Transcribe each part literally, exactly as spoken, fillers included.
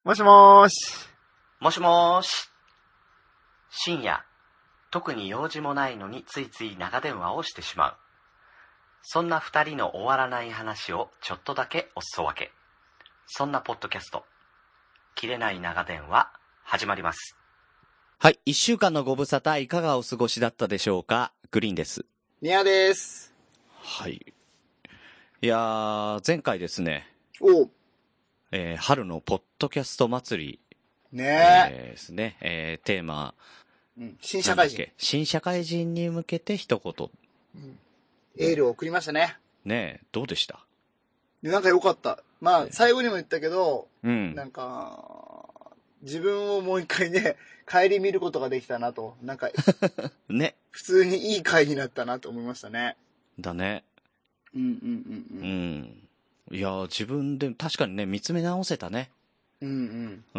もしもーし。 もしもーし。深夜、特に用事もないのについつい長電話をしてしまう。そんな二人の終わらない話をちょっとだけおすそ分け。そんなポッドキャスト、切れない長電話、始まります。 はい。一週間のご無沙汰いかがお過ごしだったでしょうか。グリーンです。 ニアです。 はい。いやー、前回ですね、 おえー、春のポッドキャスト祭り、 ねえー、ですね、えー、テーマ、 うん、新社会人。 新社会人に向けて一言。 うん、エールを送りましたね。 ねえ、どうでした？ なんか良かった。まあ、最後にも言ったけど、 うん。 なんか、自分をもう一回ね、帰り見ることができたなと。なんか、 ね。 普通にいい回になったなと思いましたね。 だね。 うんうんうんうん。 うん。いやー、自分で確かにね、見つめ直せたね。 うんうん。 うん。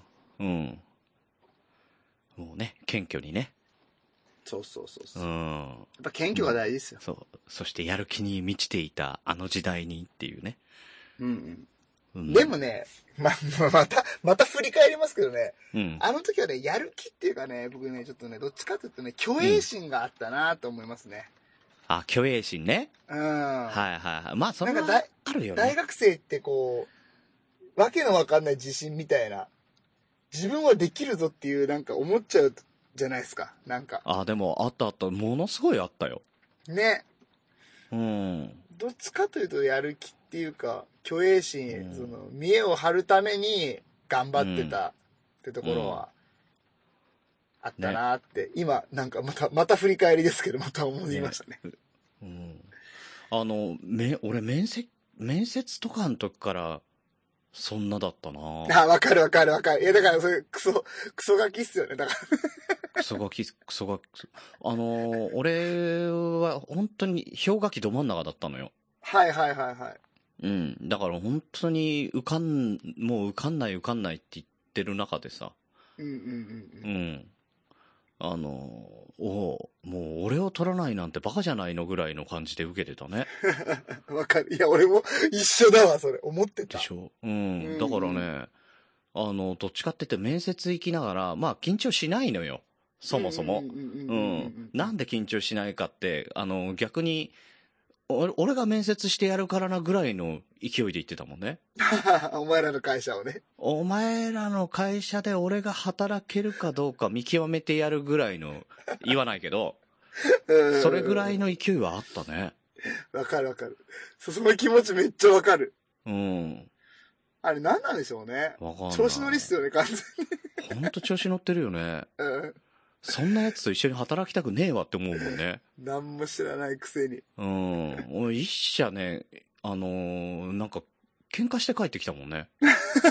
うん。もうね、謙虚にね。 そうそうそうそう。 うん。 やっぱ謙虚が大事ですよ。 そう。そしてやる気に満ちていたあの時代にっていうね。 うんうん。 うん、 でもね、ま、また、また振り返りますけどね、 うん、 あの時はね、やる気っていうかね、僕ね、ちょっとね、どっちかというとね、虚栄心があったなと思いますね。 うん、あ、虚栄心ね。 うん。 はいはいはい。まあ、それはあるよね。 大学生ってこう、わけのわかんない自信みたいな、自分はできるぞっていうなんか思っちゃうじゃないですか、なんか。 あ、でもあったあった。ものすごいあったよ。 ね。 うん。 どっちかというとやる気っていうか、虚栄心、 うん、 その、見栄を張るために頑張ってたってところは、あったなって、ね、今、なんかまた、また振り返りですけど、また思いましたね。ね、 うん。あの、め、俺面接、面接とかの時から、そんなだったな。 あ、わかるわかるわかる。いや、だからそれ、クソ、クソガキっすよね、だから。 クソガキ、クソガキ。あのー、俺は本当に氷河期ど真ん中だったのよ。 はいはいはいはい。 うん。だから本当に受かん、もう受かんない受かんないって言ってる中でさ。 うんうんうんうん。うん。 あの、おう、もう俺を取らないなんてバカじゃないのぐらいの感じで受けてたね。 わかる。いや、俺も一緒だわ、それ。思ってた。 でしょ。うん。だからね、あの、どっちかって言って面接行きながら、まあ緊張しないのよ。そもそも。うん。なんで緊張しないかって、あの、逆に、俺が面接してやるからなぐらいの勢いで言ってたもんね。 お前らの会社をね。 お前らの会社で俺が働けるかどうか見極めてやるぐらいの、言わないけど、それぐらいの勢いはあったね。 わかるわかる。その気持ちめっちゃわかる。 うん。 あれ何なんでしょうね。 わかんない。 調子乗りっすよね、完全に。ほんと調子乗ってるよね。 うん。 そんなやつと一緒に働きたくねえわって思うもんね。 何も知らないくせに。 うん。俺一社ね、あのー、なんか、喧嘩して帰ってきたもんね。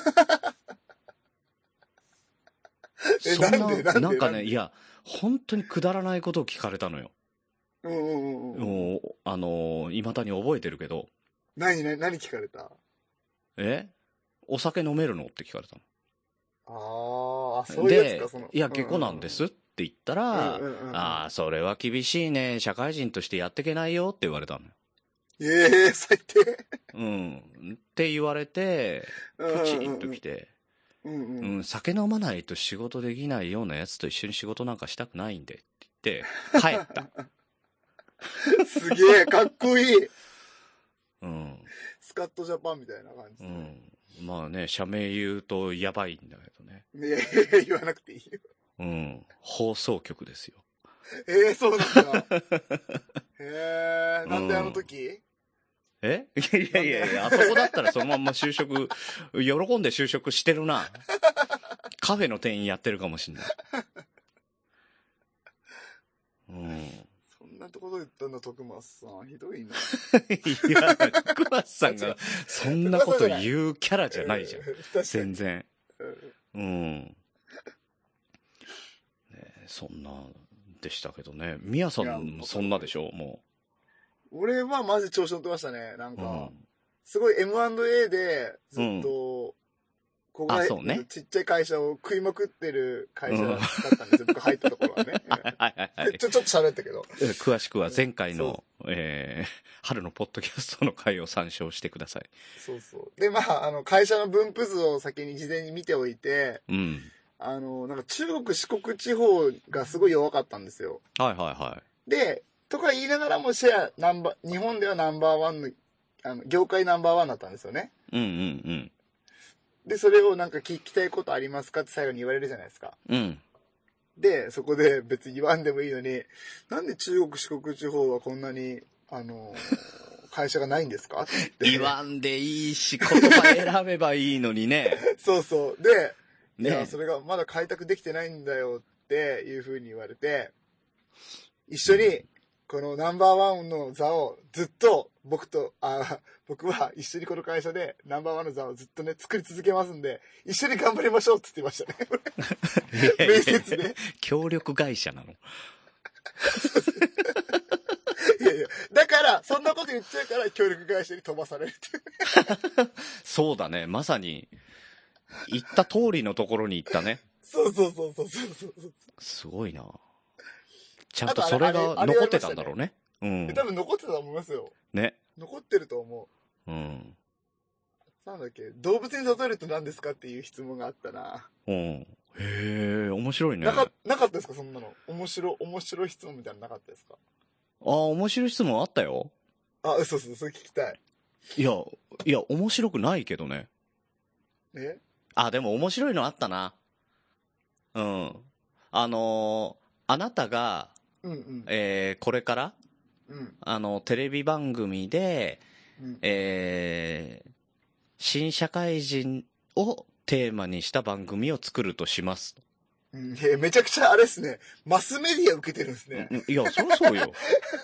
え、 そんな、 なんでなんでなんかね、いや、本当にくだらないことを聞かれたのよ。 うんうんうんうん。 もう、あのー、未だに覚えてるけど。 何、何、何聞かれた？ え？お酒飲めるのって聞かれたの。 ああ、そういうやつか、その。 いや、下戸なんですって言ったら、 うんうんうんうん、 ああ、それは厳しいね。社会人としてやっていけないよって言われたのよ。 ええー、最低。 うん。って言われて、プチッときて、 うんうん、 うん、酒飲まないと仕事できないようなやつと一緒に仕事なんかしたくないんでって言って、帰った。 すげえ、かっこいい。 うん。 スカットジャパンみたいな感じ、 ね。うん。まあね、社名言うとやばいんだけどね。 いやいや、言わなくていいよ。 うん。放送局ですよ。 ええー、そうなんだ。へえ、なんであの時、うん、 えいやいやいやいや、あそこだったらそのまんま就職、喜んで就職してるな。カフェの店員やってるかもしんない。うん。 そんなところで言ったんだ、徳松さん。ひどいな。 いや、徳松さんがそんなこと言うキャラじゃないじゃん。全然。うん。ね、そんなでしたけどね。みやさんそんなでしょもう。俺はマジ調子乗ってましたね。なんか、うん、すごい エムアンドエー でずっと、こここが、 そうね、 ちっちゃい会社を食いまくってる会社だったんですよ、僕入ったところはね。 はいはいはい。 ちょ、ちょっと喋ったけど。 詳しくは前回の、えー、春のポッドキャストの回を参照してください。 そうそう。で、まあ、あの、会社の分布図を先に事前に見ておいて、 うん。 あの、なんか中国四国地方がすごい弱かったんですよ。 はいはいはい。 で、とか言いながらもシェアナンバー、日本ではナンバーワンの、あの、業界ナンバーワンだったんですよね。 うんうんうん。 で、それをなんか聞きたいことありますかって最後に言われるじゃないですか。 うん。 で、そこで別に言わんでもいいのに、なんで中国四国地方はこんなに、あの、会社がないんですかって言わんでいいし、言葉選べばいいのにね。 そうそう。で、 ね、 いや、それがまだ開拓できてないんだよっていう風に言われて、一緒にこのナンバーワンの座をずっと僕と、あ、僕は一緒にこの会社でナンバーワンの座をずっとね、作り続けますんで、一緒に頑張りましょうって言ってましたね。面接で。 協力会社なの。 いやいや、だから、そんなこと言っちゃうから協力会社に飛ばされるっていう。 そうだね、まさに、言った通りのところに行ったね。 そうそうそうそうそうそう。 すごいな。ちゃんとそれが残ってたんだろうね。うん。 多分残ってたと思いますよ。 ね。 残ってると思う。うん。 なんだっけ、動物に例えると何ですかっていう質問があったな。 うん。へえ、面白いね。 なか、なかったですかそんなの。面白、面白い質問みたいなのなかったですか？ ああ、面白い質問あったよ。 あ、嘘嘘、それ聞きたい。 いや、いや、面白くないけどね。 え？ あ、でも面白いのあったな。うん。あのー、あなたが、 うんうん。 えー、これから、 うん。 あの、テレビ番組で、 うん、 えー、新社会人をテーマにした番組を作るとします。 うん、えめちゃくちゃあれですね。マスメディア受けてるんですね。 いや、そりゃそうよ。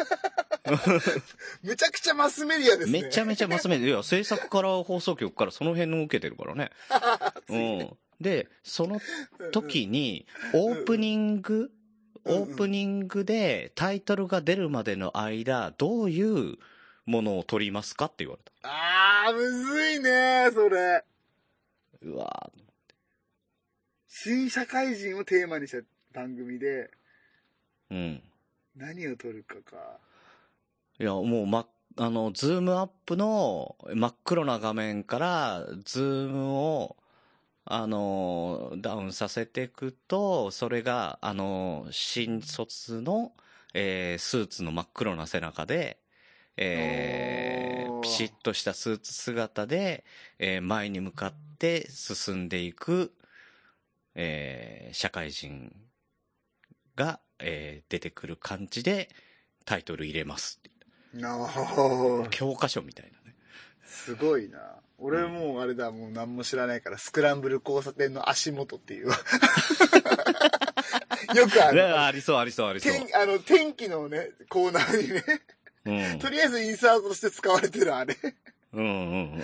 めちゃくちゃマスメディアですね。 めちゃめちゃマスメディア。いや、制作から放送局からその辺の受けてるからね。うん。で、その時に、オープニング、オープニングでタイトルが出るまでの間、どういうものを撮りますかって言われた。 あー、むずいねそれ。 うわぁ。 新社会人をテーマにした番組で、 うん。 何を撮るかか。 いや、もう、ま、あの、ズームアップの真っ黒な画面から、ズームを、あの、ダウンさせていくと、それが、あの、新卒の、えー、スーツの真っ黒な背中で、えー、ピシッとしたスーツ姿で、えー、前に向かって進んでいく、えー、社会人が、えー、出てくる感じでタイトル入れます。 なあ。 教科書みたいなね。 すごいな。俺もうあれだ、もう何も知らないから、スクランブル交差点の足元っていう。よくある。 ありそうありそうありそう。 天、あの、天気のね、コーナーにね。うん、とりあえずインサートとして使われてるあれ。 うんうん。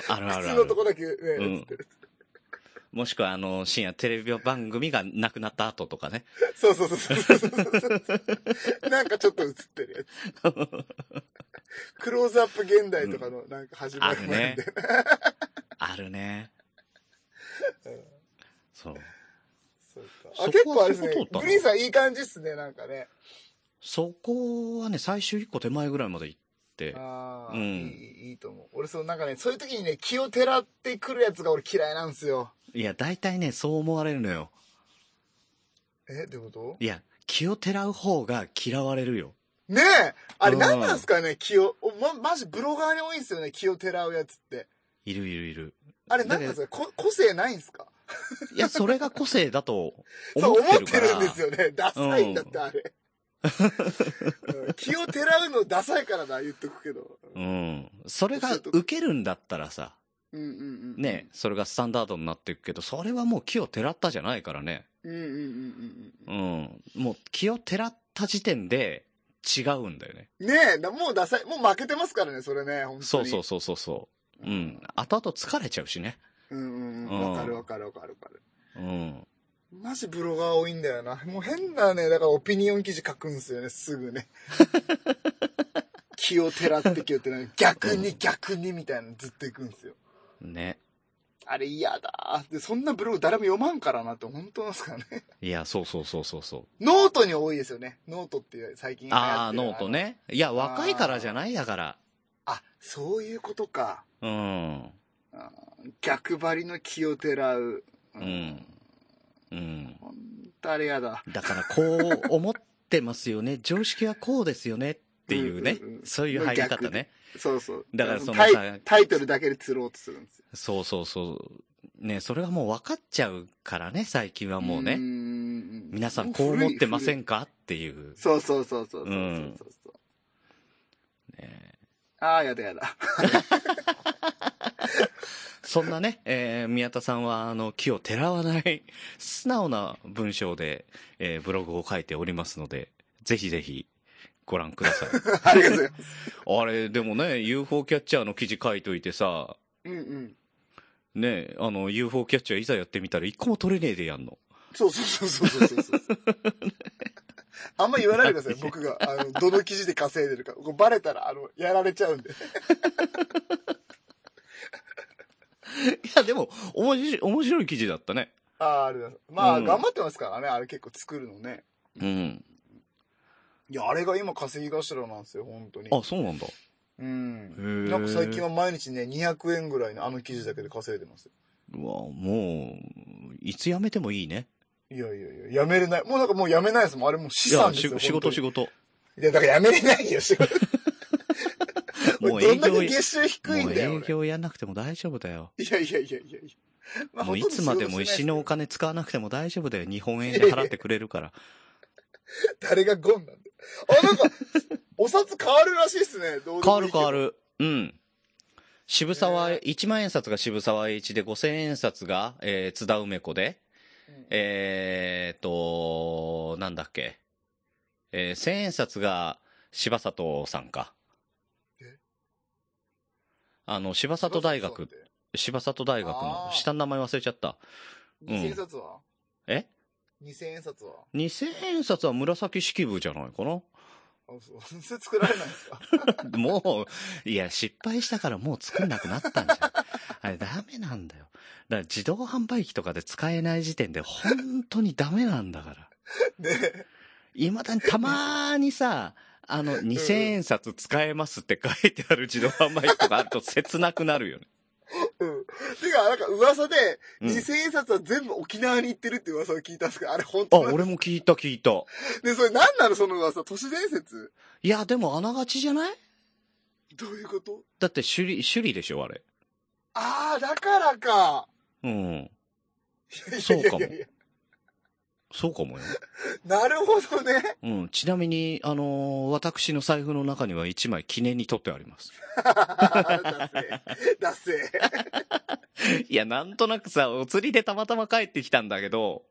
あるあるある。 普通のとこだけね、 うん、 映ってる。 もしくはあの、深夜テレビ番組がなくなった後とかね。 そうそうそうそうそうそうなんかちょっと映ってるやつ。クローズアップ現代とかのなんか始まる前で、 うん、あるね。あるね。うん、そう。 そうか。あ、結構あれですね。グリーンさんいい感じっすね、なんかね。 そこはね、最終一個手前ぐらいまで行って。 ああ、 うん、 いい、いいと思う。俺、そのなんかね、そういう時にね、気をてらってくるやつが俺嫌いなんですよ。 いや、大体ね、そう思われるのよ。 え、どういうこと？ いや、気をてらう方が嫌われるよ。 ねえあれ何なんですかね、気を。ま、マジブロガーに多いんですよね、気をてらうやつって。 いるいるいる。 あれ何なんですか、こ個性ないんですか？ いや、それが個性だと思ってるから。そう、思ってるんですよね。ダサいんだって、あれ。うん、気をてらうのダサいからな、言っとくけど。 うん。それが受けるんだったらさ、 うんうんうん、 ね、それがスタンダードになっていくけど、それはもう気をてらったじゃないからね。 うんうんうんうん。 うん。もう気をてらった時点で違うんだよね。 ねえ、もうダサい、もう負けてますからね、それね、本当に。 そうそうそうそうそう。うん。後々疲れちゃうしね。 うんうんうん。わかるわかるわかるわかる。 うん。 マジブロガー多いんだよな。もう変なね、だからオピニオン記事書くんですよね、すぐね。気をてらって気をてらって、逆に逆にみたいなのずっと行くんですよ。 ね。 あれ嫌だ。で、そんなブログ誰も読まんからなって本当なんですかね。 いや、そうそうそうそうそう。 ノートに多いですよね。ノートって最近流行ってる。 ああ、ノートね。いや、若いからじゃないだから。 あ、そういうことか。 うん。 逆張りの気をてらう。 うん。うん。 ほんとあれやだ。 だからこう思ってますよね。常識はこうですよねっていうね。うんうんうん、そういう入り方ね。 そうそう。 だからそのさタイ、タイトルだけで釣ろうとするんですよ。 そうそうそう。ね、それはもう分かっちゃうからね、最近はもうね。うん皆さんこう思ってませんかっていう。 そうそうそうそうそうそうそう、うん、ね、ああ、やだやだ。 そんなね、えー、宮田さんは、あの、気をてらわない、素直な文章で、えー、ブログを書いておりますので、ぜひぜひ、ご覧ください。 ありがとうございます。 あれ、でもね、ユーフォー キャッチャーの記事書いといてさ、 うんうん。 ね、あの、ユーフォー キャッチャーいざやってみたら一個も取れねえでやんの。 そうそうそうそうそうそう。あんま言わないでください、僕が、あの、どの記事で稼いでるか。こうバレたら、あの、やられちゃうんで。 いや、でも、面白い、面白い記事だったね。 ああ、ありがとうございます。まあ、うん、頑張ってますからね、あれ結構作るのね。 うん。 いや、あれが今稼ぎ頭なんですよ、本当に。 あ、そうなんだ。 うん。なんか最近は毎日ね、にひゃくえんぐらいのあの記事だけで稼いでますよ。 うわ、もう、いつ辞めてもいいね。 いやいやいや、辞めれない。もうなんかもう辞めないですもん。あれもう資産ですよ。いや、 仕事仕事。 いや、だから辞めれないよ、仕事。もう営業、どんだけ月収低いんだよ。 もう営業やんなくても大丈夫だよ。 いやいやいやいやいや。 まあ、もういつまでも石のお金使わなくても大丈夫だよ。日本円で払ってくれるから。 誰がゴンなんだよ。あ、なんか、お札変わるらしいっすね。どうでもいいけど変わる変わる。うん。渋沢、いちまん円札が渋沢栄一で、ごせんえん札が、えー、津田梅子で、うん、えーと、なんだっけ。えー、せんえん札が柴里さんか。えあの、柴里大学。柴里大学の下の名前忘れちゃった。 にせんえん札は、 うん、え ? にせんえん札は ? にせんえん札は紫式部じゃないかな。 あ、そう。それ作られないんですかもう、いや、失敗したからもう作んなくなったんじゃん。あれダメなんだよ。だから自動販売機とかで使えない時点で本当にダメなんだから。 ねいまだにたまーにさ、あの、にせんえん札使えますって書いてある自動販売機とかあると切なくなるよね。 うん。てか、なんか噂で、にせんえん札は全部沖縄に行ってるって噂を聞いたんですけど、あれ本当なんですか？ あ、俺も聞いた聞いた。 で、それ何なのその噂、都市伝説？ いや、でもあながちじゃない？ どういうこと？ だって首里、首里でしょ、あれ。 ああ、だからか。 うん。 いやいやいやいやそうかも。そうかもよ。 なるほどね。 うん。ちなみに、あのー、私の財布の中にはいちまい記念に取ってあります。 だせだせいや、なんとなくさ、お釣りでたまたま帰ってきたんだけど、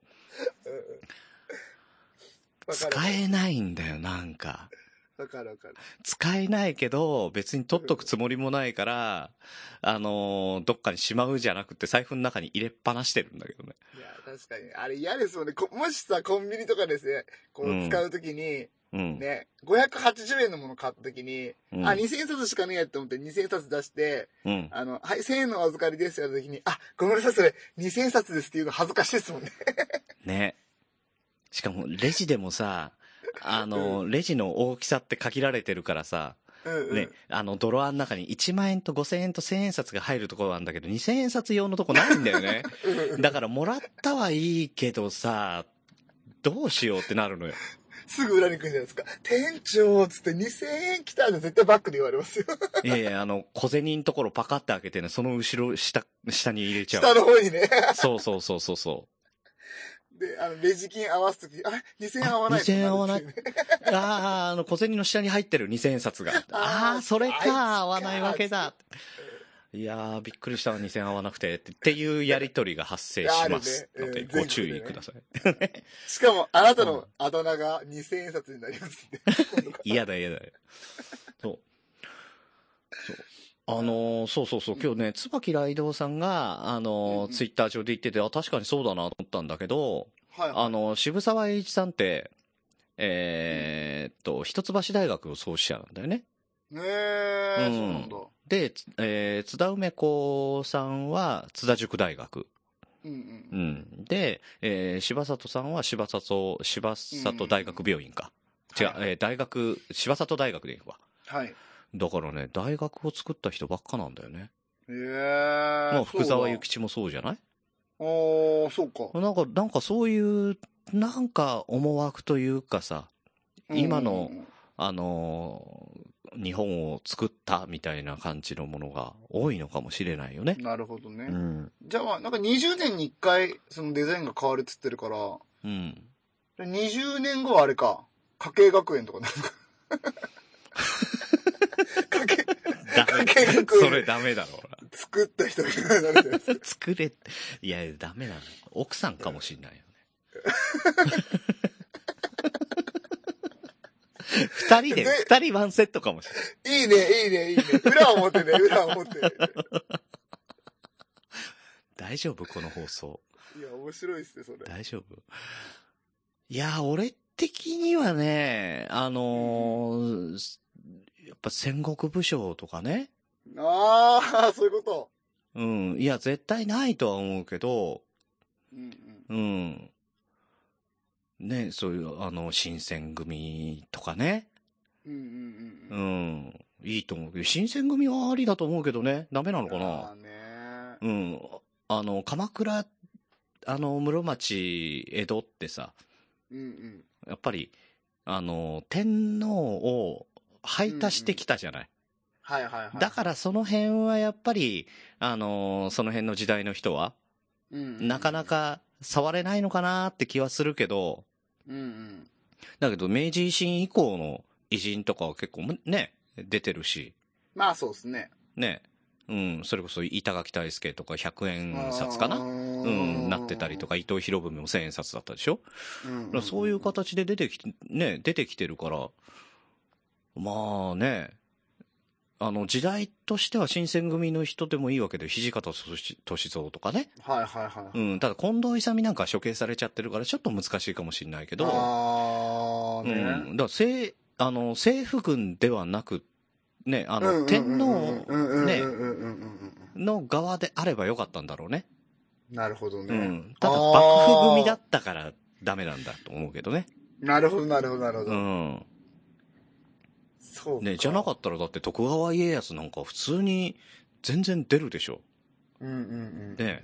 使えないんだよ、なんか。 わかるわかる。 使えないけど、別に取っとくつもりもないから、あのー、どっかにしまうじゃなくて、財布の中に入れっぱなしてるんだけどね。 いや、確かに。あれ嫌ですよね。もしさ、コンビニとかですね、こう使うときに、うん、ね、ごひゃくはちじゅうえんのもの買ったときに、うん、あ、にせんえん札しかねえやって思ってにせんえん札出して、うん、あの、はい、せんえんのお預かりですよってときに、あ、ごめんなさい、それ、にせんえん札ですっていうの恥ずかしいですもんね。 ね。しかも、レジでもさ、あの、うん、レジの大きさって限られてるからさ、うんうん、ね、あの、ドロワンの中にいちまんえんとごせんえんとせんえん札が入るところなんだけど、にせんえん札用のとこないんだよね。だから、もらったはいいけどさ、どうしようってなるのよ。 すぐ裏に来るじゃないですか。店長つってにせんえん来たんで絶対バックで言われますよ。 いやいや、あの、小銭のところパカって開けてね、その後ろ、下、下に入れちゃう。 下の方にね。 そうそうそうそうそう。 で、あの、レジ金合わすとき、あれ ?にせんえん合わない、 ね、にせんえん合わない。ああ、あの、小銭の下に入ってるにせんえん札が。ああ、それか、合わないわけだ。いやー、びっくりしたにせんえん合わなくて。っていうやりとりが発生しますので、ご注意ください。 しかも、あなたのあだ名がにせんえん札になりますんで。 嫌だ嫌だ。そう。そう。あのー、そうそうそう、今日ね、椿雷道さんが、あのーうんうん、ツイッター上で言ってて、あ、確かにそうだなと思ったんだけど、はいはい、あのー、渋沢栄一さんって、えー、っと、一橋大学の創始者なんだよね。 へえー、うん、そうなんだ。 で、えー、津田梅子さんは津田塾大学。 うんうん。 うん。で、えー、柴里さんは柴里、柴里大学病院か。違う、 はいはい、 えー、大学、柴里大学でいいわ。 はい。 だからね、大学を作った人ばっかなんだよね。 へえー。 まあ、福沢諭吉もそうじゃない？ ああ、そうか。 なんか、なんかそういう、なんか思惑というかさ、今の、あのー、日本を作ったみたいな感じのものが多いのかもしれないよね。 なるほどね。 うん。 じゃあ、なんかにじゅうねんにいっかい、そのデザインが変わるっつってるから、 うん。 にじゅうねんごはあれか、家計学園とかなんか。家計、 ダメ。 家計学園。 それダメだろ。 作った人みたいになるじゃないですか。 作れ、いや、ダメなの。奥さんかもしんないよね。二人で、二人ワンセットかもしれない。 いいね、いいね、いいね。裏を持ってね、裏を持ってね。 大丈夫この放送。 いや、面白いっすね、それ。 大丈夫？いや、俺的にはね、あのー、やっぱ戦国武将とかね。 ああ、そういうこと。 うん。いや、絶対ないとは思うけど、 うんうん。うんね、そういう、あの、新選組とかね。 うんうんうん。 うん。いいと思うけど、新選組はありだと思うけどね。ダメなのかな？ ああね。 うん。あの、鎌倉、あの、室町、江戸ってさ、 うんうん。 やっぱり、あの、天皇を排他してきたじゃない。うんうん、 はいはいはい。 だからその辺はやっぱり、あの、その辺の時代の人は、 うんうんうん、 なかなか触れないのかなって気はするけど、 うんうん、 だけど明治維新以降の偉人とかは結構ね、出てるし。 まあそうですね。 ね。うん、それこそ板垣退助とかひゃくえん札かな、うん、なってたりとか、伊藤博文もせんえん札だったでしょ、うんうんうんうん、そういう形で出てきて、ね、出てきてるから、まあね、あの、時代としては新選組の人でもいいわけで、土方歳三とかね。 はいはいはい。 うん、ただ近藤勇なんか処刑されちゃってるから、ちょっと難しいかもしれないけど、 あーね。 うん、だから政、あの、政府軍ではなく、ね、あの、天皇、ね、の側であればよかったんだろうね。 なるほどね。 うん。ただ、幕府組だったからダメなんだと思うけどね。 なるほど、なるほど、なるほど。 うん。 そうか。 ね、じゃなかったらだって徳川家康なんか普通に全然出るでしょ。 うんうんうん。 ね。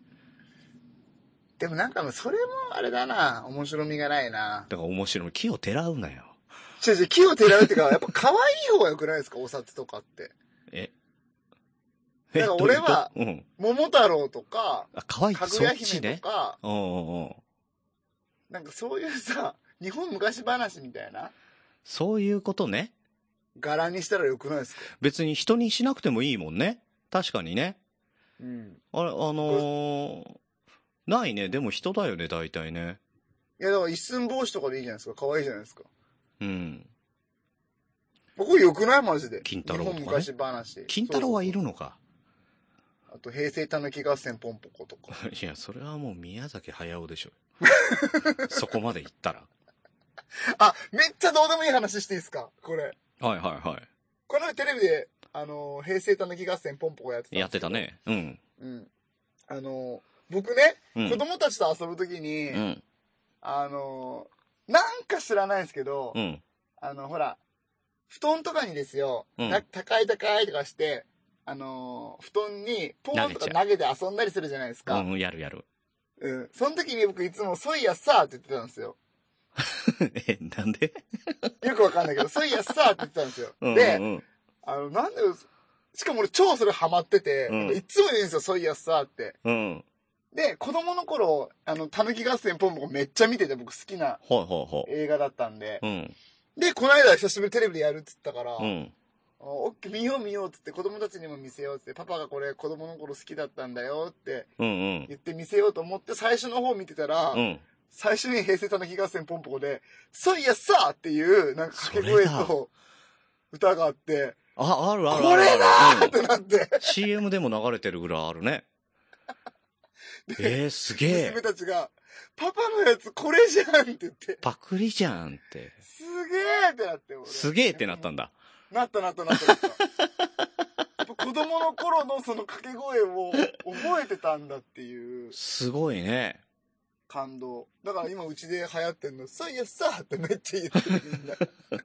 でもなんかそれもあれだな、面白みがないな。 だから面白み、木をてらうなよ。 違う違う、木をてらうっていうか、やっぱ可愛い方が良くないですか、お札とかって。 えだから俺は、うん、桃太郎とか、 あ、可愛いかぐや姫とか、 ね、うんうん、 なんかそういうさ、日本昔話みたいな。 そういうことね。 柄にしたらよくないですか？ 別に人にしなくてもいいもんね。確かにね。 うん。 あれ、あのー、ないね。でも人だよね、大体ね。 いや、だから一寸法師とかでいいじゃないですか。可愛いじゃないですか。 うん。 これよくないマジで。 金太郎とか、ね。 日本昔話。 金太郎はいるのか。 あと、平成たぬき合戦ポンポコとか。 いや、それはもう宮崎駿でしょ。そこまで行ったら。 あ、めっちゃどうでもいい話していいですかこれ。 はいはいはい。 この前テレビで、あの、平成たぬき合戦ポンポコやってたんですやってたね。うん。 うん。あの、僕ね、うん、子供たちと遊ぶときに、 うん、 あの、なんか知らないんですけど、 うん、 あの、ほら、布団とかにですよ、 うん、 高い高いとかして、あのー、布団にポーンとか投げて遊んだりするじゃないですか。 うん、やるやる。 うん。その時に僕いつもソイヤさーって言ってたんですよ。 え、なんでよくわかんないけど、ソイヤさーって言ってたんですよ。 うんうん、 で、あの、なんで、しかも俺超それハマってて、うん、いつも言うんですよ、ソイヤさーって。 うん。 で、子供の頃、あの、たぬき合戦ポンポコめっちゃ見てて僕好きな映画だったんで。 うん、 で、この間久しぶりテレビでやるっつったから、 うんオッケー見よう見ようっつって子供たちにも見せようっつってパパがこれ子供の頃好きだったんだよって言って見せようと思って最初の方見てたら、うん、最初に平成たぬき合戦ポンポコで「そういやさ」っていうなんか掛け声と歌があってあ、あるあるこれだーってなって、 うん、シーエム でも流れてるぐらいあるねえー、すげえ娘たちがパパのやつこれじゃんって言ってパクリじゃんってすげえってなってすげえってなったんだなったなったなったなった。こ子供の頃のその掛け声を覚えてたんだっていうすごいね。 感動。だから今うちで流行ってんの、そういやさってめっちゃ言ってるみんな。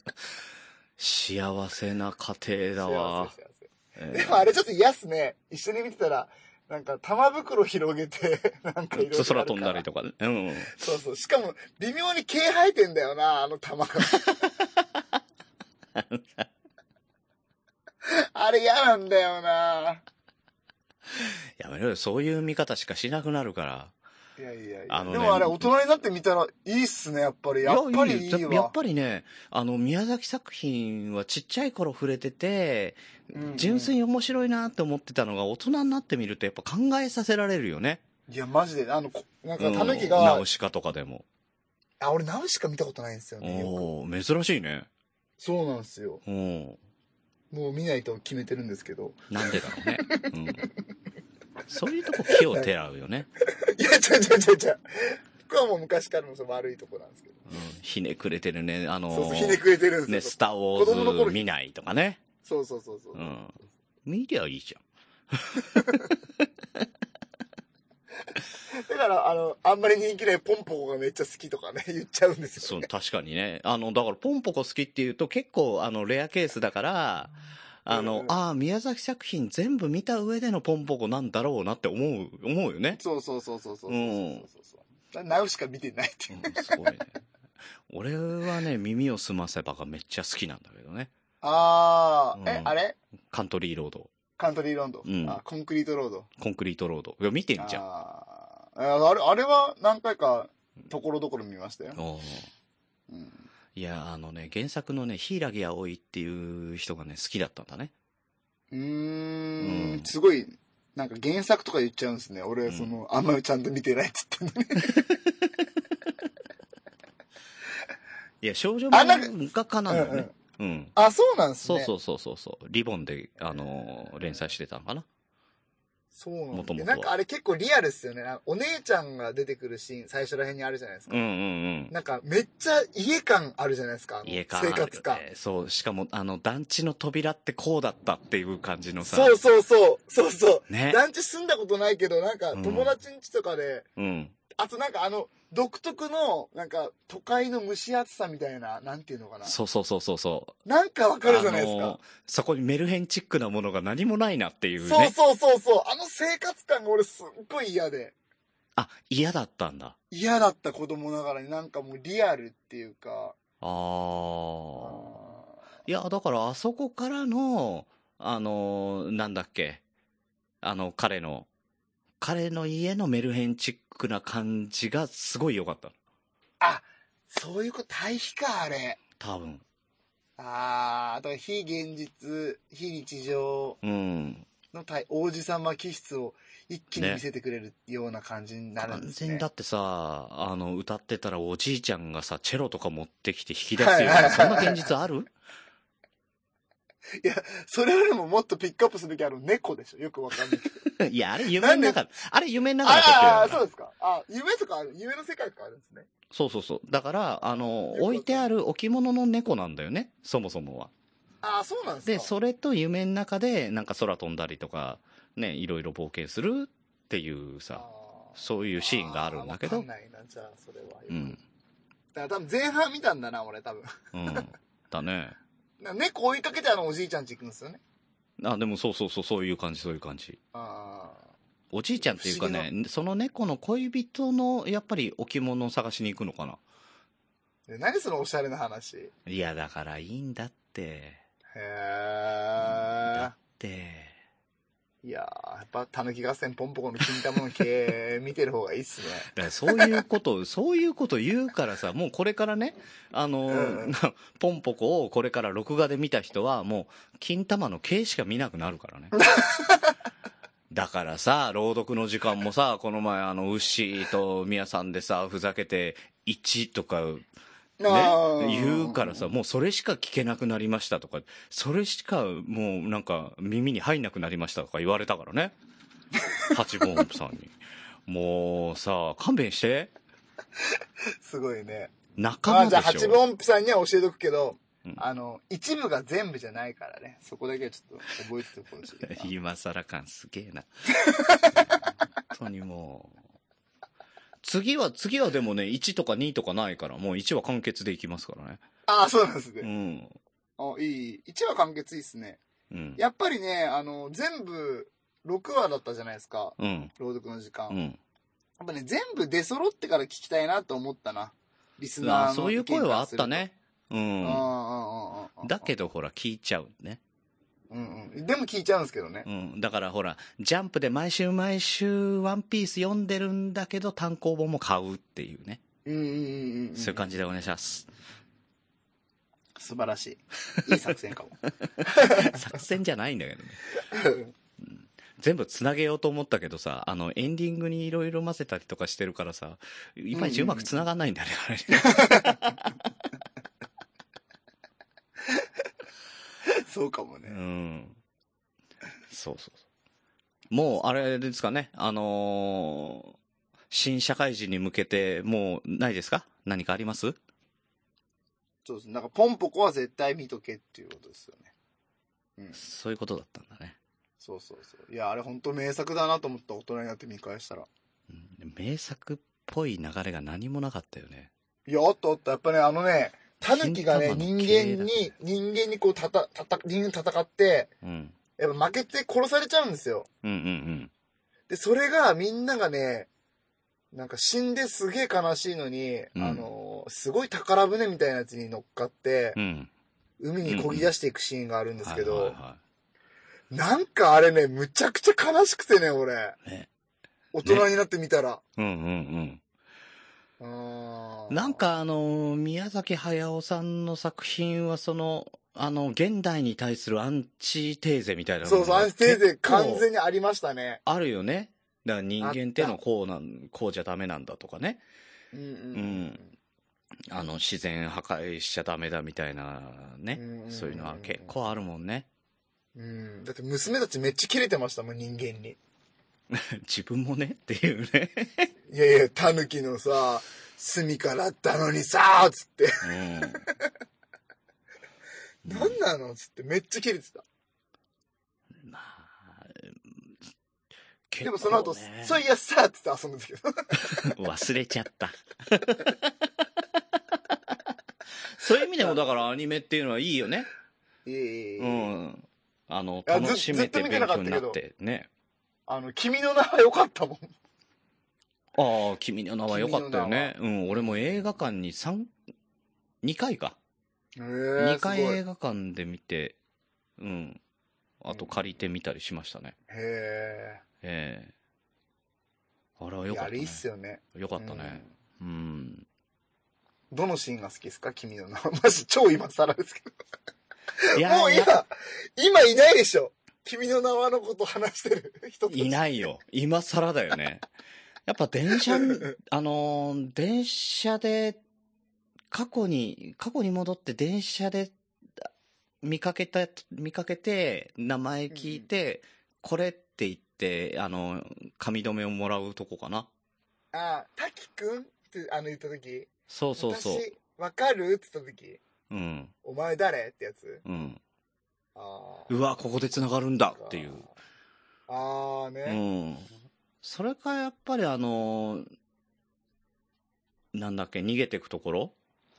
幸せな家庭だわ。 幸せ幸せ。 えーでもあれちょっと嫌っすね。一緒に見てたら、なんか玉袋広げて、なんかいろいろ。 空飛んだりとかね。うん。 そうそう。しかも、微妙に毛生えてんだよな、あの玉が。あれ嫌なんだよな。 やめろよ、そういう見方しかしなくなるから。 いやいやいや、 あのねでもあれ大人になってみたらいいっすね、やっぱり。やっぱりいいわ。 いや、いいやっぱりね、あの、宮崎作品はちっちゃい頃触れてて、 うんうん、 純粋に面白いなって思ってたのが大人になってみるとやっぱ考えさせられるよね。 いや、マジで。あの、なんか、たぬきが。 ナウシカとかでも。 あ、俺ナウシカ見たことないんですよね。 おー、珍しいね。 そうなんですよ。 うん。 もう見ないと決めてるんですけど。 なんでだろうね。うん。そういうとこ気をてらうよね。 いや、ちゃちゃちゃちゃ。僕はもう昔からのその悪いとこなんですけど。 うん。ひねくれてるね。あのー、 そうそう、ひねくれてるんですよ。 ね、スターウォーズ見ないとかね。 そうそうそうそう。 うん。見りゃいいじゃん。 だから、あの、あんまり人気ないポンポコがめっちゃ好きとかね、言っちゃうんですよ、ね。 そう、確かにね。あの、だからポンポコ好きっていうと結構、あの、レアケースだから、あの、うんうん、ああ、宮崎作品全部見た上でのポンポコなんだろうなって思う、思うよね。 そうそうそうそうそうそうそうそう。ナウしか見てないっていう、 うん。すごいね。俺はね、耳をすませばがめっちゃ好きなんだけどね。 ああ、うん、え、あれカントリーロード。 カントリーロード。 うん。 あ、コンクリートロード。 コンクリートロード。いや、見てんじゃん。 ああ、あれ、あれは何回か、ところどころ見ましたよ。 おうん、いや、あのね、原作のね、柊葵っていう人がね、好きだったんだね。 うーん、うん、すごい、なんか原作とか言っちゃうんですね。俺、うん、その、あんまりちゃんと見てないっつってんのね。 いや、少女漫画家なんだよね。うん、うん。 あ、そうなんすね。 そうそうそうそう。リボンで、あのー、連載してたのかな。 そうなんもともとなんかあれ結構リアルっすよね。お姉ちゃんが出てくるシーン、最初ら辺にあるじゃないですか。 うんうんうん。 なんかめっちゃ家感あるじゃないですか。 家感、 生活感。 そう、しかもあの団地の扉ってこうだったっていう感じのさ。 そうそうそう。そうそう。 ね。 団地住んだことないけど、なんか友達ん家とかで、 うん。 あとなんかあの、独特の、なんか、都会の蒸し暑さみたいな、なんていうのかな。 そうそうそうそうそう。 なんかわかるじゃないですか、あのー。 そこにメルヘンチックなものが何もないなっていうね。 そうそうそうそう。あの生活感が俺すっごい嫌で。 あ、嫌だったんだ。 嫌だった子供ながらになんかもうリアルっていうか。 ああ。いや、だからあそこからの、あのー、なんだっけ。あの、彼の、彼の家のメルヘンチックな感じがすごい良かった。 あ、そういうこと、対比か、あれ。 多分。 ああ、だから非現実、非日常の対、うん、王子様気質を一気に見せてくれるような感じになるんですね。完全にだってさ、あの、歌ってたらおじいちゃんがさ、チェロとか持ってきて弾き出すような、そんな現実ある？ いや、それよりももっとピックアップするべきあの猫でしょ。よくわかんないけど。 いや、あれ夢の中、あれ夢の中の設定だああ、そうですか。あ、夢とかある、夢の世界とかあるんですね。 そうそうそう。だから、あの、置いてある置物の猫なんだよね。そもそもは。 ああ、そうなんですか。 で、それと夢の中で、なんか空飛んだりとか、ね、いろいろ冒険するっていうさ、そういうシーンがあるんだけど。 わかんないな、じゃあ、それは。 うん。 だから多分前半見たんだな、俺、多分。 うん。だね。 猫追いかけてあのおじいちゃん家行くんですよね。 あ、でもそうそうそう、そういう感じ、そういう感じ。ああ。おじいちゃんっていうかね、その猫の恋人の、やっぱり置物を探しに行くのかな。 何そのおしゃれな話。 いや、だからいいんだって。へえ。 だって。 いやー、やっぱ、たぬき合戦ポンポコの金玉の毛見てる方がいいっすね。 だからそういうこと、そういうこと言うからさ、もうこれからね、あの、うん、ポンポコをこれから録画で見た人は、もう、金玉の毛しか見なくなるからね。だからさ、朗読の時間もさ、この前、あの、ウッシーとミヤさんでさ、ふざけて、いちとか、ね、言うからさ、もうそれしか聞けなくなりましたとか、それしかもうなんか耳に入んなくなりましたとか言われたからね。ハチボンプさんに。もうさ、勘弁して。 すごいね。 仲間でしょ。 まあ、じゃあハチボンプさんには教えとくけど、 うん、 あの、一部が全部じゃないからね。そこだけはちょっと覚えててほしい。 今更感すげえな。本当にもう。次は、次はでもね、いちとかにとかないから、もういちは完結でいきますからね。 ああ、そうなんですね。 うん。 あ、いい。いちは完結いいっすね。うん。やっぱりね、あの、全部、ろくわだったじゃないですか。うん。朗読の時間。うん。やっぱね、全部出揃ってから聞きたいなと思ったな。リスナーの。 そういう声はあったね。うん。だけどほら、聞いちゃうね。 うんうん。でも聞いちゃうんですけどね。 うん。だからほら、ジャンプで毎週毎週ワンピース読んでるんだけど単行本も買うっていうね。うんうんうんうん。そういう感じでお願いします。 素晴らしい。いい作戦かも。 作戦じゃないんだけどね。うん、全部つなげようと思ったけどさ、あの、エンディングにいろいろ混ぜたりとかしてるからさ、いまいちうまくつながんないんだよね、あれね。 そうかもね。 うん。そうそうそう。もう、あれですかね、あのー、新社会人に向けて、もう、ないですか？何かあります？ そうですね。なんか、ポンポコは絶対見とけっていうことですよね。 うん。そういうことだったんだね。 そうそうそう。いや、あれ本当名作だなと思った、大人になって見返したら。 うん、名作っぽい流れが何もなかったよね。 いや、あったあった。やっぱね、あのね、タヌキがね、人間に、人間にこう、たた、たた、人間戦って、うん。やっぱ負けて殺されちゃうんですよ。うんうんうん。で、それがみんながね、なんか死んですげえ悲しいのに、うん、あの、すごい宝船みたいなやつに乗っかって、うん、海に漕ぎ出していくシーンがあるんですけど、なんかあれね、むちゃくちゃ悲しくてね、俺。ね、大人になってみたら。ね、うんうんうん。 なんかあの、宮崎駿さんの作品はその、あの、現代に対するアンチテーゼみたいなのがそうそう、アンチテーゼ完全にありましたね。 あるよね。だから人間っていうのはこうなん、こうじゃダメなんだとかね。うんうん、うん。あの、自然破壊しちゃダメだみたいなね。うんうん、そういうのは結構あるもんね。 うん。だって娘たちめっちゃキレてましたもん、人間に。 自分もねっていうね。 いやいや、タヌキのさ、住からったのにさーつって。うん、何なのつってめっちゃキレてた。まあ、でもその後、ね、そういやさーって言って遊ぶんですけど。 忘れちゃった。そういう意味でもだからアニメっていうのはいいよね。いい。うん。あの、楽しめて勉強になってね。 あの、君の名は良かったもん。 ああ、君の名は良かったよね。うん、俺も映画館にさん、にかいか。へえ。にかい映画館で見て、うん。あと借りてみたりしましたね。へえ。ええ。あれは良かったね。 あれいいっすよね。 良かったね。うん。うん、 どのシーンが好きですか？君の名は。マジ超今更ですけど。いやもう今、今いないでしょ。君の名はのこと話してる人たち。 いないよ。今更だよね。やっぱ電車、あのー、電車で、過去に、過去に戻って電車で見かけた、見かけて、名前聞いて、うん、これって言って、あの、紙留めをもらうとこかな。 ああ、滝くんってあの言った時。 そうそうそう。 私、わかるって言った時。うん。お前誰ってやつ。うん。 ああ。うわ、ここで繋がるんだっていう。 ああね。 うん。それかやっぱりあのー、なんだっけ、逃げてくところ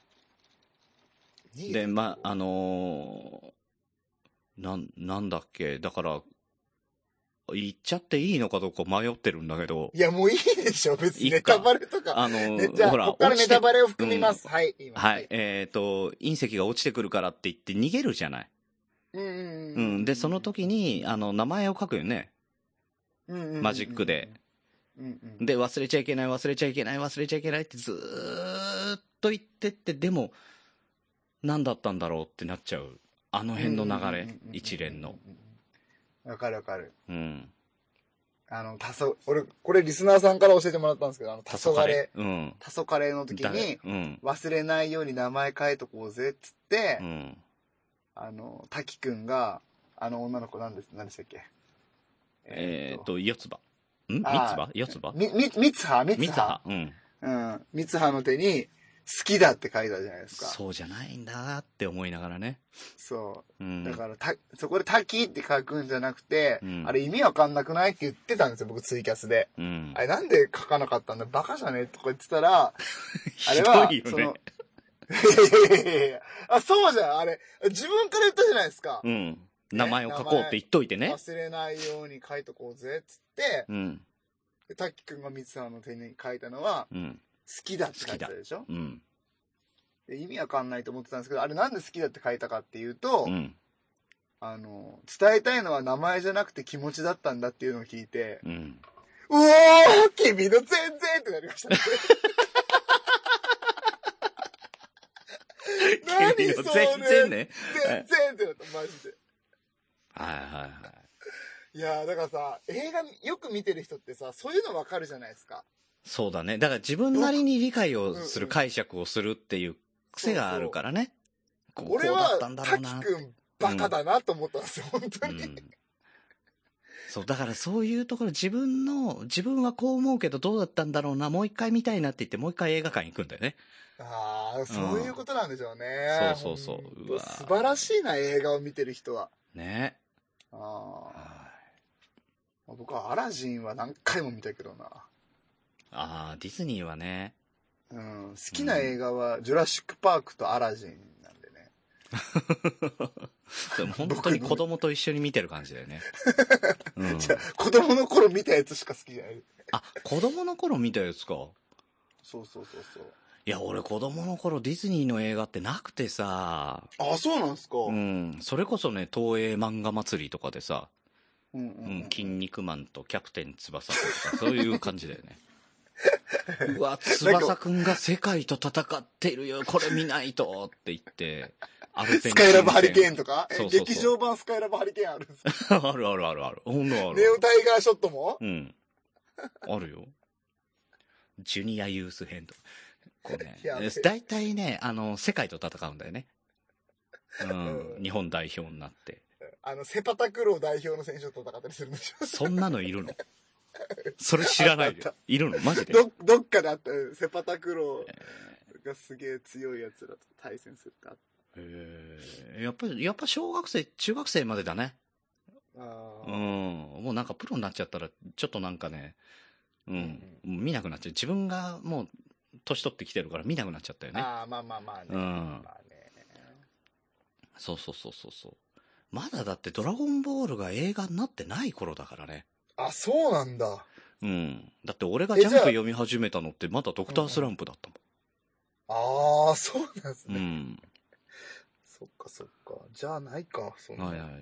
で、ま、あのー、なん、なんだっけ、だから、言っちゃっていいのかどうか迷ってるんだけど。 いや、もういいでしょ、別に。ネタバレとか。あのー、じゃあ、ほら、ここからネタバレを含みます。うん、はい。 はい。えっ、ー、と、隕石が落ちてくるからって言って逃げるじゃない。うんうんうん。うん。で、その時に、あの、名前を書くよね。マジックで、うんうん、で忘れちゃいけない忘れちゃいけない忘れちゃいけないってずーっと言ってって、でも何だったんだろうってなっちゃう、あの辺の流れ、一連の。 わかるわかる。うん。あの、たそ、俺、これリスナーさんから教えてもらったんですけど、あの、たそカレー。うん。たそカレーの時に、うん、忘れないように名前変えとこうぜっつって、うん、あの、滝くんが、あの女の子なんです、何でしたっけ？ えー、っと、四つ葉。ん三つ葉四つ葉み、み、三つ葉三つ葉うん。うん。三つ葉の手に、 きだって書いたじゃないですか。 そうじゃないんだって思いながらね。 そう。 うん、 だからた、そこで滝って書くんじゃなくて、うん、あれ意味わかんなくないって言ってたんですよ、僕ツイキャスで。うん、あれなんで書かなかったんだバカじゃねとか言ってたら、あれは、 ひどいよね、 その、いやいやいやあ、そうじゃん、あれ。自分から言ったじゃないですか。 うん。名前を書こうって言っといてね。 忘れないように書いとこうぜ、つって、 うん。 タッキ君がミツさんの手に書いたのは、うん、好きだって書いてたでしょ。うん。で意味わかんないと思ってたんですけど、あれなんで好きだって書いたかっていうと、うん、あの、伝えたいのは名前じゃなくて気持ちだったんだっていうのを聞いて、うん、うおー君の全然ってなりましたね。何それ全然ね。 全然ってなった、マジで。 はいはいはい。 いやー、だからさ、映画よく見てる人ってさ、そういうのわかるじゃないですか。 そうだね。だから自分なりに理解をする、解釈をするっていう癖があるからね。 そうそう、俺は、タキ君バカだなと思ったんですよ、うん、本当に、うん。 そう、だからそういうところ自分の、自分はこう思うけどどうだったんだろうな、もう一回見たいなって言ってもう一回映画館行くんだよね。 ああ、そういうことなんでしょうね。 うん、そうそうそう。 うわ素晴らしいな、映画を見てる人は。 ね。 ああ。僕はアラジンは何回も見たけどな。 ああ、ディズニーはね。 うん。好きな映画は、ジュラシックパークとアラジンなんでね。 でも本当に子供と一緒に見てる感じだよね。 うん、じゃあ、子供の頃見たやつしか好きじゃない。 あ、子供の頃見たやつか。 そうそうそうそう。 いや、俺子供の頃ディズニーの映画ってなくてさ。 あ、そうなんすか。 うん。それこそね、東映漫画祭りとかでさ、うんうんうんうん、筋肉マンとキャプテン翼とか、そういう感じだよね。うわ、翼くんが世界と戦ってるよ、これ見ないとって言って、 アルペンスカイラブハリケーンとかそうそうそう、劇場版スカイラブハリケーンあるんですかあるあるあるある。ほんのある。 ネオタイガーショットもうん。あるよ。ジュニアユース編とか。こうね。だいたいね、あの、世界と戦うんだよね。うん。日本代表になって。 あの、セパタクロー代表の選手と戦ったりするんでしょそんなのいるのそれ知らないで。いるのマジでど、どっかであった。セパタクローがすげえ強いやつらと対戦するってあった。 へえ。やっぱり、やっぱ小学生、中学生までだね。あうん。もうなんかプロになっちゃったら、ちょっとなんかね、うん。うん、見なくなっちゃう。自分がもう、年取ってきてるから見なくなっちゃったよね。 ああ、まあまあまあね。うん。まあね。 そうそうそうそうそう。まだだってドラゴンボールが映画になってない頃だからね。 あ、そうなんだ。 うん。だって俺がジャンプ読み始めたのってまだドクタースランプだったもん。うん、ああ、そうなんですね。 うん。 そっかそっか。じゃあないか、そんな。 はいはい。だから、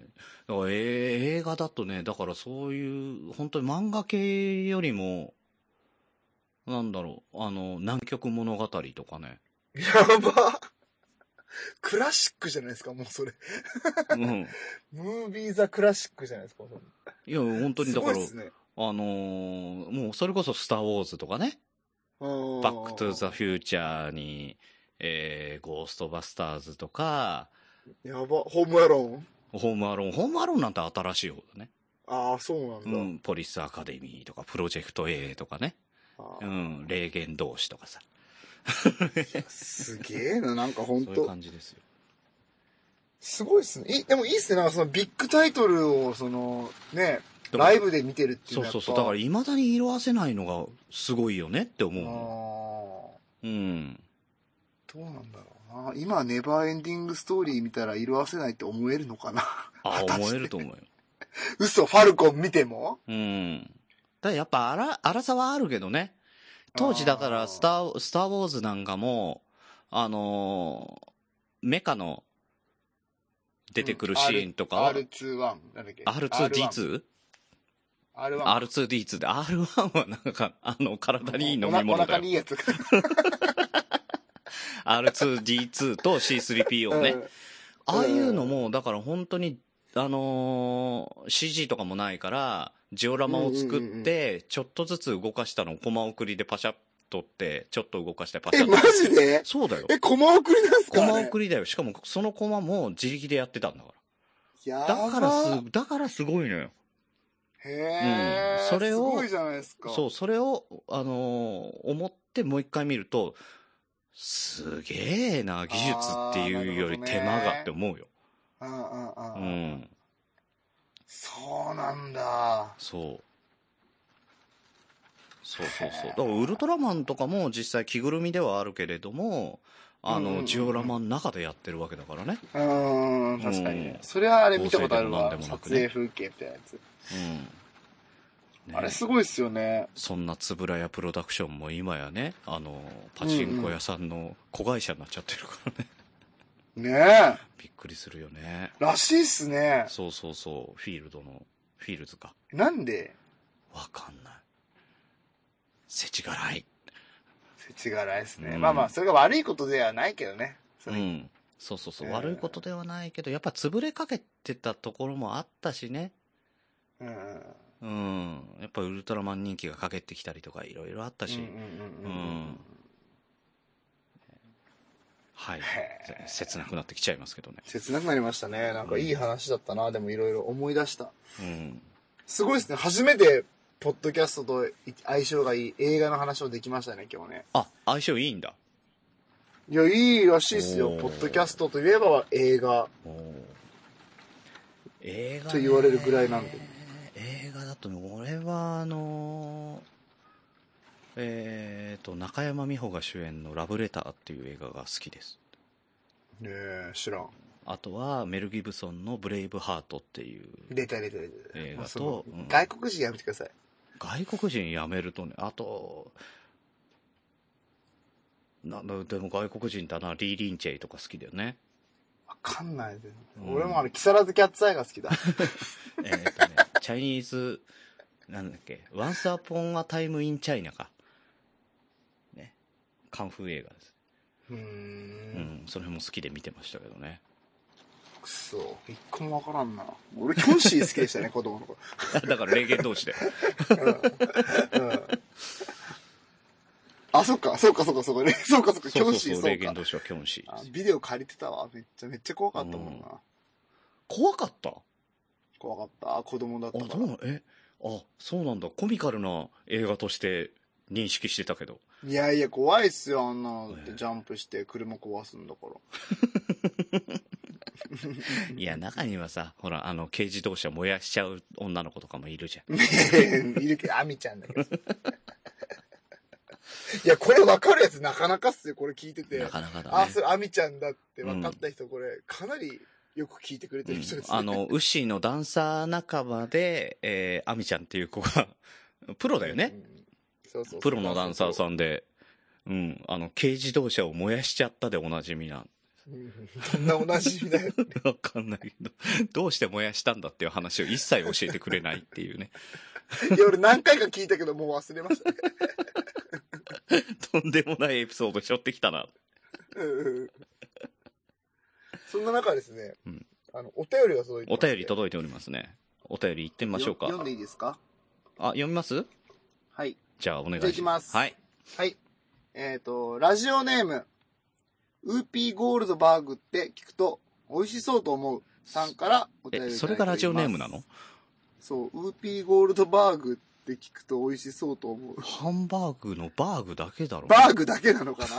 えー、映画だとね、だからそういう、本当に漫画系よりも、なんだろう、あの、南極物語とかね。 やばクラシックじゃないですか、もうそれ。うん。ムービーザクラシックじゃないですか、それ。 いや、本当にだから、 ね、 あのー、もうそれこそスターウォーズとかね。バックトゥザフューチャーに、えー、ゴーストバスターズとか。 やば、ホームアローンホームアローン。ホームアローンなんて新しい方だね。 ああ、そうなんだ。 うん、ポリスアカデミーとか、プロジェクト A とかね。うん、霊言同士とかさ。 すげえな、なんか本当そういう感じですよ。 すごいっすね。い、でもいいっすね。なんかそのビッグタイトルを、その、ね、ライブで見てるっていうのは。 そうそうそう。だから未だに色あせないのがすごいよねって思うの。ああ。うん。 どうなんだろうな。今、ネバーエンディングストーリー見たら色あせないって思えるのかな。 あ、思えると思うよ。 嘘、ファルコン見てもうん。だからやっぱ荒、荒さはあるけどね。当時だからスター、スターウォーズなんかも、あのー、メカの出てくるシーンとかは、 アールツーワン なんだっけアールツーディーツー? アールツーディーツー で アールワン はなんか、あの、体にいい飲み物だよ。お腹にいいやつ。 アールツーディーツー と シースリーピーオー ね。うん、ああいうのも、だから本当に、あのー、シージー とかもないから、ジオラマを作って、ちょっとずつ動かしたのをコマ送りでパシャッとって、ちょっと動かしてパシャッと。 え、マジでそうだよ。 え、コマ送りなんすか？ コマ送りだよ。しかもそのコマも自力でやってたんだから。やだからす、だからすごいのよ。 へえ、うん。それを、すごいじゃないですか。 そう、それを、あのー、思ってもう一回見ると、 すげえな、技術っていうより手間がって思うよ。 うんうんうん。 うん。 そうなんだ。 そう。そうそうそう。だからウルトラマンとかも実際着ぐるみではあるけれども、あの、ジオラマの中でやってるわけだからね。 うーん、確かにね。それはあれ見たことあるわ。撮影風景みたいなやつ。 うん。 ね、あれすごいっすよね。 そんなつぶらやプロダクションも今やね、あの、パチンコ屋さんの子会社になっちゃってるからね。 ねえ。 びっくりするよね。 らしいっすね。 そうそうそう。フィールドの、フィールズか。 なんで？ わかんない。世知辛い。 世知辛いっすね。うん、まあまあ、それが悪いことではないけどね。 うん。そうそうそう。悪いことではないけど、やっぱ潰れかけてたところもあったしね。うん。うん。やっぱウルトラマン人気がかけてきたりとかいろいろあったし。うん。はい。切なくなってきちゃいますけどね。 切なくなりましたね。なんかいい話だったな。でもいろいろ思い出した。うん。すごいですね。初めて、ポッドキャストと相性がいい映画の話をできましたね、今日ね。 あ、相性いいんだ。 いや、いいらしいっすよ。ポッドキャストといえば映画。 映画と言われるぐらいなんで。 映画だとね、俺はあのー、えーと、中山美穂が主演のラブレターっていう映画が好きです。 ねえ、知らん。 あとはメル・ギブソンのブレイブハートっていう出た出た出た映画と、 うん、外国人やめてください。 外国人やめるとね、あと、なんだ、でも外国人だな、リー・リンチェイとか好きだよね。 わかんないで、うん、俺もあれ、木更津キャッツアイが好きだ。 えっとね、チャイニーズ、なんだっけ、Once Upon a Time in China か。ね。カンフー映画です。うーん。うん、その辺も好きで見てましたけどね。 くそ、一個もわからんな。俺、キョンシー好きでしたね、子供の頃。 だから、霊言同士で。 うんうん、あ、そっか、そうか、そうか、そうか、ね、そうか、そうか、キョンシー、そうか。 霊言同士はキョンシー。 ビデオ借りてたわ。めっちゃ、めっちゃ怖かったもんな。うん、 怖かった怖かった。子供だったから。 あ、そうえ、あ、そうなんだ。コミカルな映画として認識してたけど。 いやいや、怖いっすよ、あんなのってジャンプして車壊すんだから。 いや、中にはさ、ほら、あの、軽自動車燃やしちゃう女の子とかもいるじゃん。 いるけど、アミちゃんだけど。いや、これ分かるやつなかなかっすよ、これ聞いてて。 なかなかだね。 あ、それアミちゃんだって分かった人、うん、これ、かなりよく聞いてくれてる人ですね。 うん、あの、ウッシーのダンサー仲間で、えー、アミちゃんっていう子が、プロだよね。うん、そうそうそう、プロのダンサーさんで、うん、あの、軽自動車を燃やしちゃったでおなじみな。 どんなおなじみだよ、ね。 わかんないけど、どうして燃やしたんだっていう話を一切教えてくれないっていうね。 いや、俺何回か聞いたけど、もう忘れました、ね。 とんでもないエピソード背負ってきたな。 そんな中ですね、うん、あの、お便りが届いてます、ね。 お便り届いておりますね。お便り行ってみましょうか。 読んでいいですか？ あ、読みます？ はい。 じゃあお願いします。 じゃあ行きます。 はい。 はい。えっと、ラジオネーム、ウーピーゴールドバーグって聞くと美味しそうと思うさんからお便りいただいております。 え、それがラジオネームなの？ そう、ウーピーゴールドバーグって聞くと美味しそうと思う。 ハンバーグのバーグだけだろ。 バーグだけなのかな。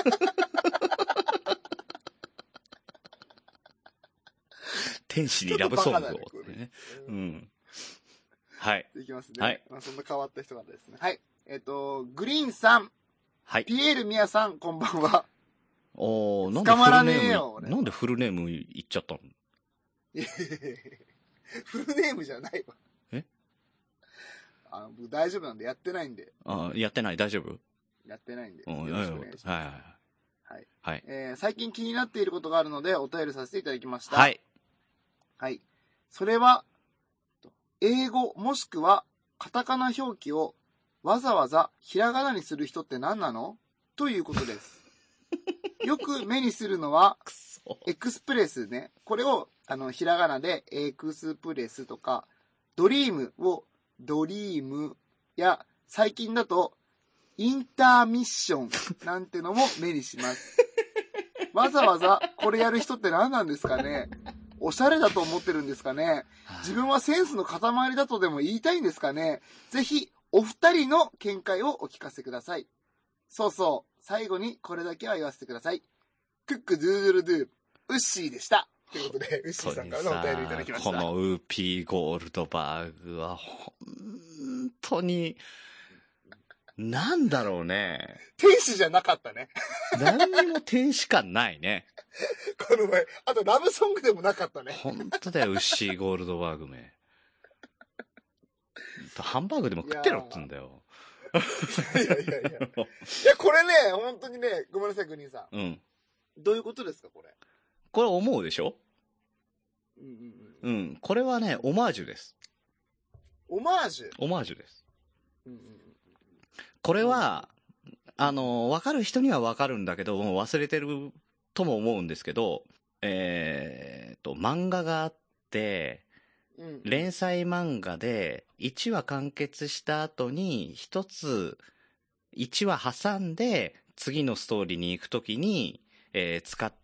天使にラブソングをってね。うん。はい。 いきますね。 はい。 まあ、そんな変わった人がですね。はい。えっと、グリーンさん。 はい。 ピエール・ミヤさん、こんばんは。 おー、なんでフルネーム、なんでフルネーム言っちゃったの？ いやいやいやフルネームじゃないわ。 え？ あの、僕大丈夫なんでやってないんで。 あ、やってない、大丈夫？ やってないんで。 よろしくお願いします。はいはいはい。 はい。 はい。 えー、最近気になっていることがあるのでお便りさせていただきました。 はい。 はい。それは、英語もしくはカタカナ表記をわざわざひらがなにする人って何なの？ということです。よく目にするのは、エクスプレスね。これを、あの、ひらがなでエクスプレスとか、ドリームをドリームや、最近だと、インターミッションなんてのも目にします。わざわざこれやる人って何なんですかね？おしゃれだと思ってるんですかね？自分はセンスの塊だとでも言いたいんですかね？ぜひ、お二人の見解をお聞かせください。 そうそう。最後にこれだけは言わせてください。クックドゥードゥルドゥ、ウッシーでした。ということで、ウッシーさんからのお便りいただきました。 このウーピーゴールドバーグは、本当に、なんだろうね。 天使じゃなかったね。 何にも天使感ないね。 この前、あとラブソングでもなかったね。 本当だよ、ウッシーゴールドバーグめ。ハンバーグでも食ってろって言うんだよ。 いやいやいやいや。いや、これね、本当にね、ごめんなさい、グリーンさん。 うん。 どういうことですか、これ。 これ思うでしょ？ うんうんうん。 うん。これはね、オマージュです。 オマージュ？ オマージュです。 うんうんうん。 これは、あの、わかる人にはわかるんだけど、もう忘れてるとも思うんですけど、えーと、漫画があって、うん、連載漫画でいちわ完結した後にひとついちわ挟んで次のストーリーに行くときに、えー、使った、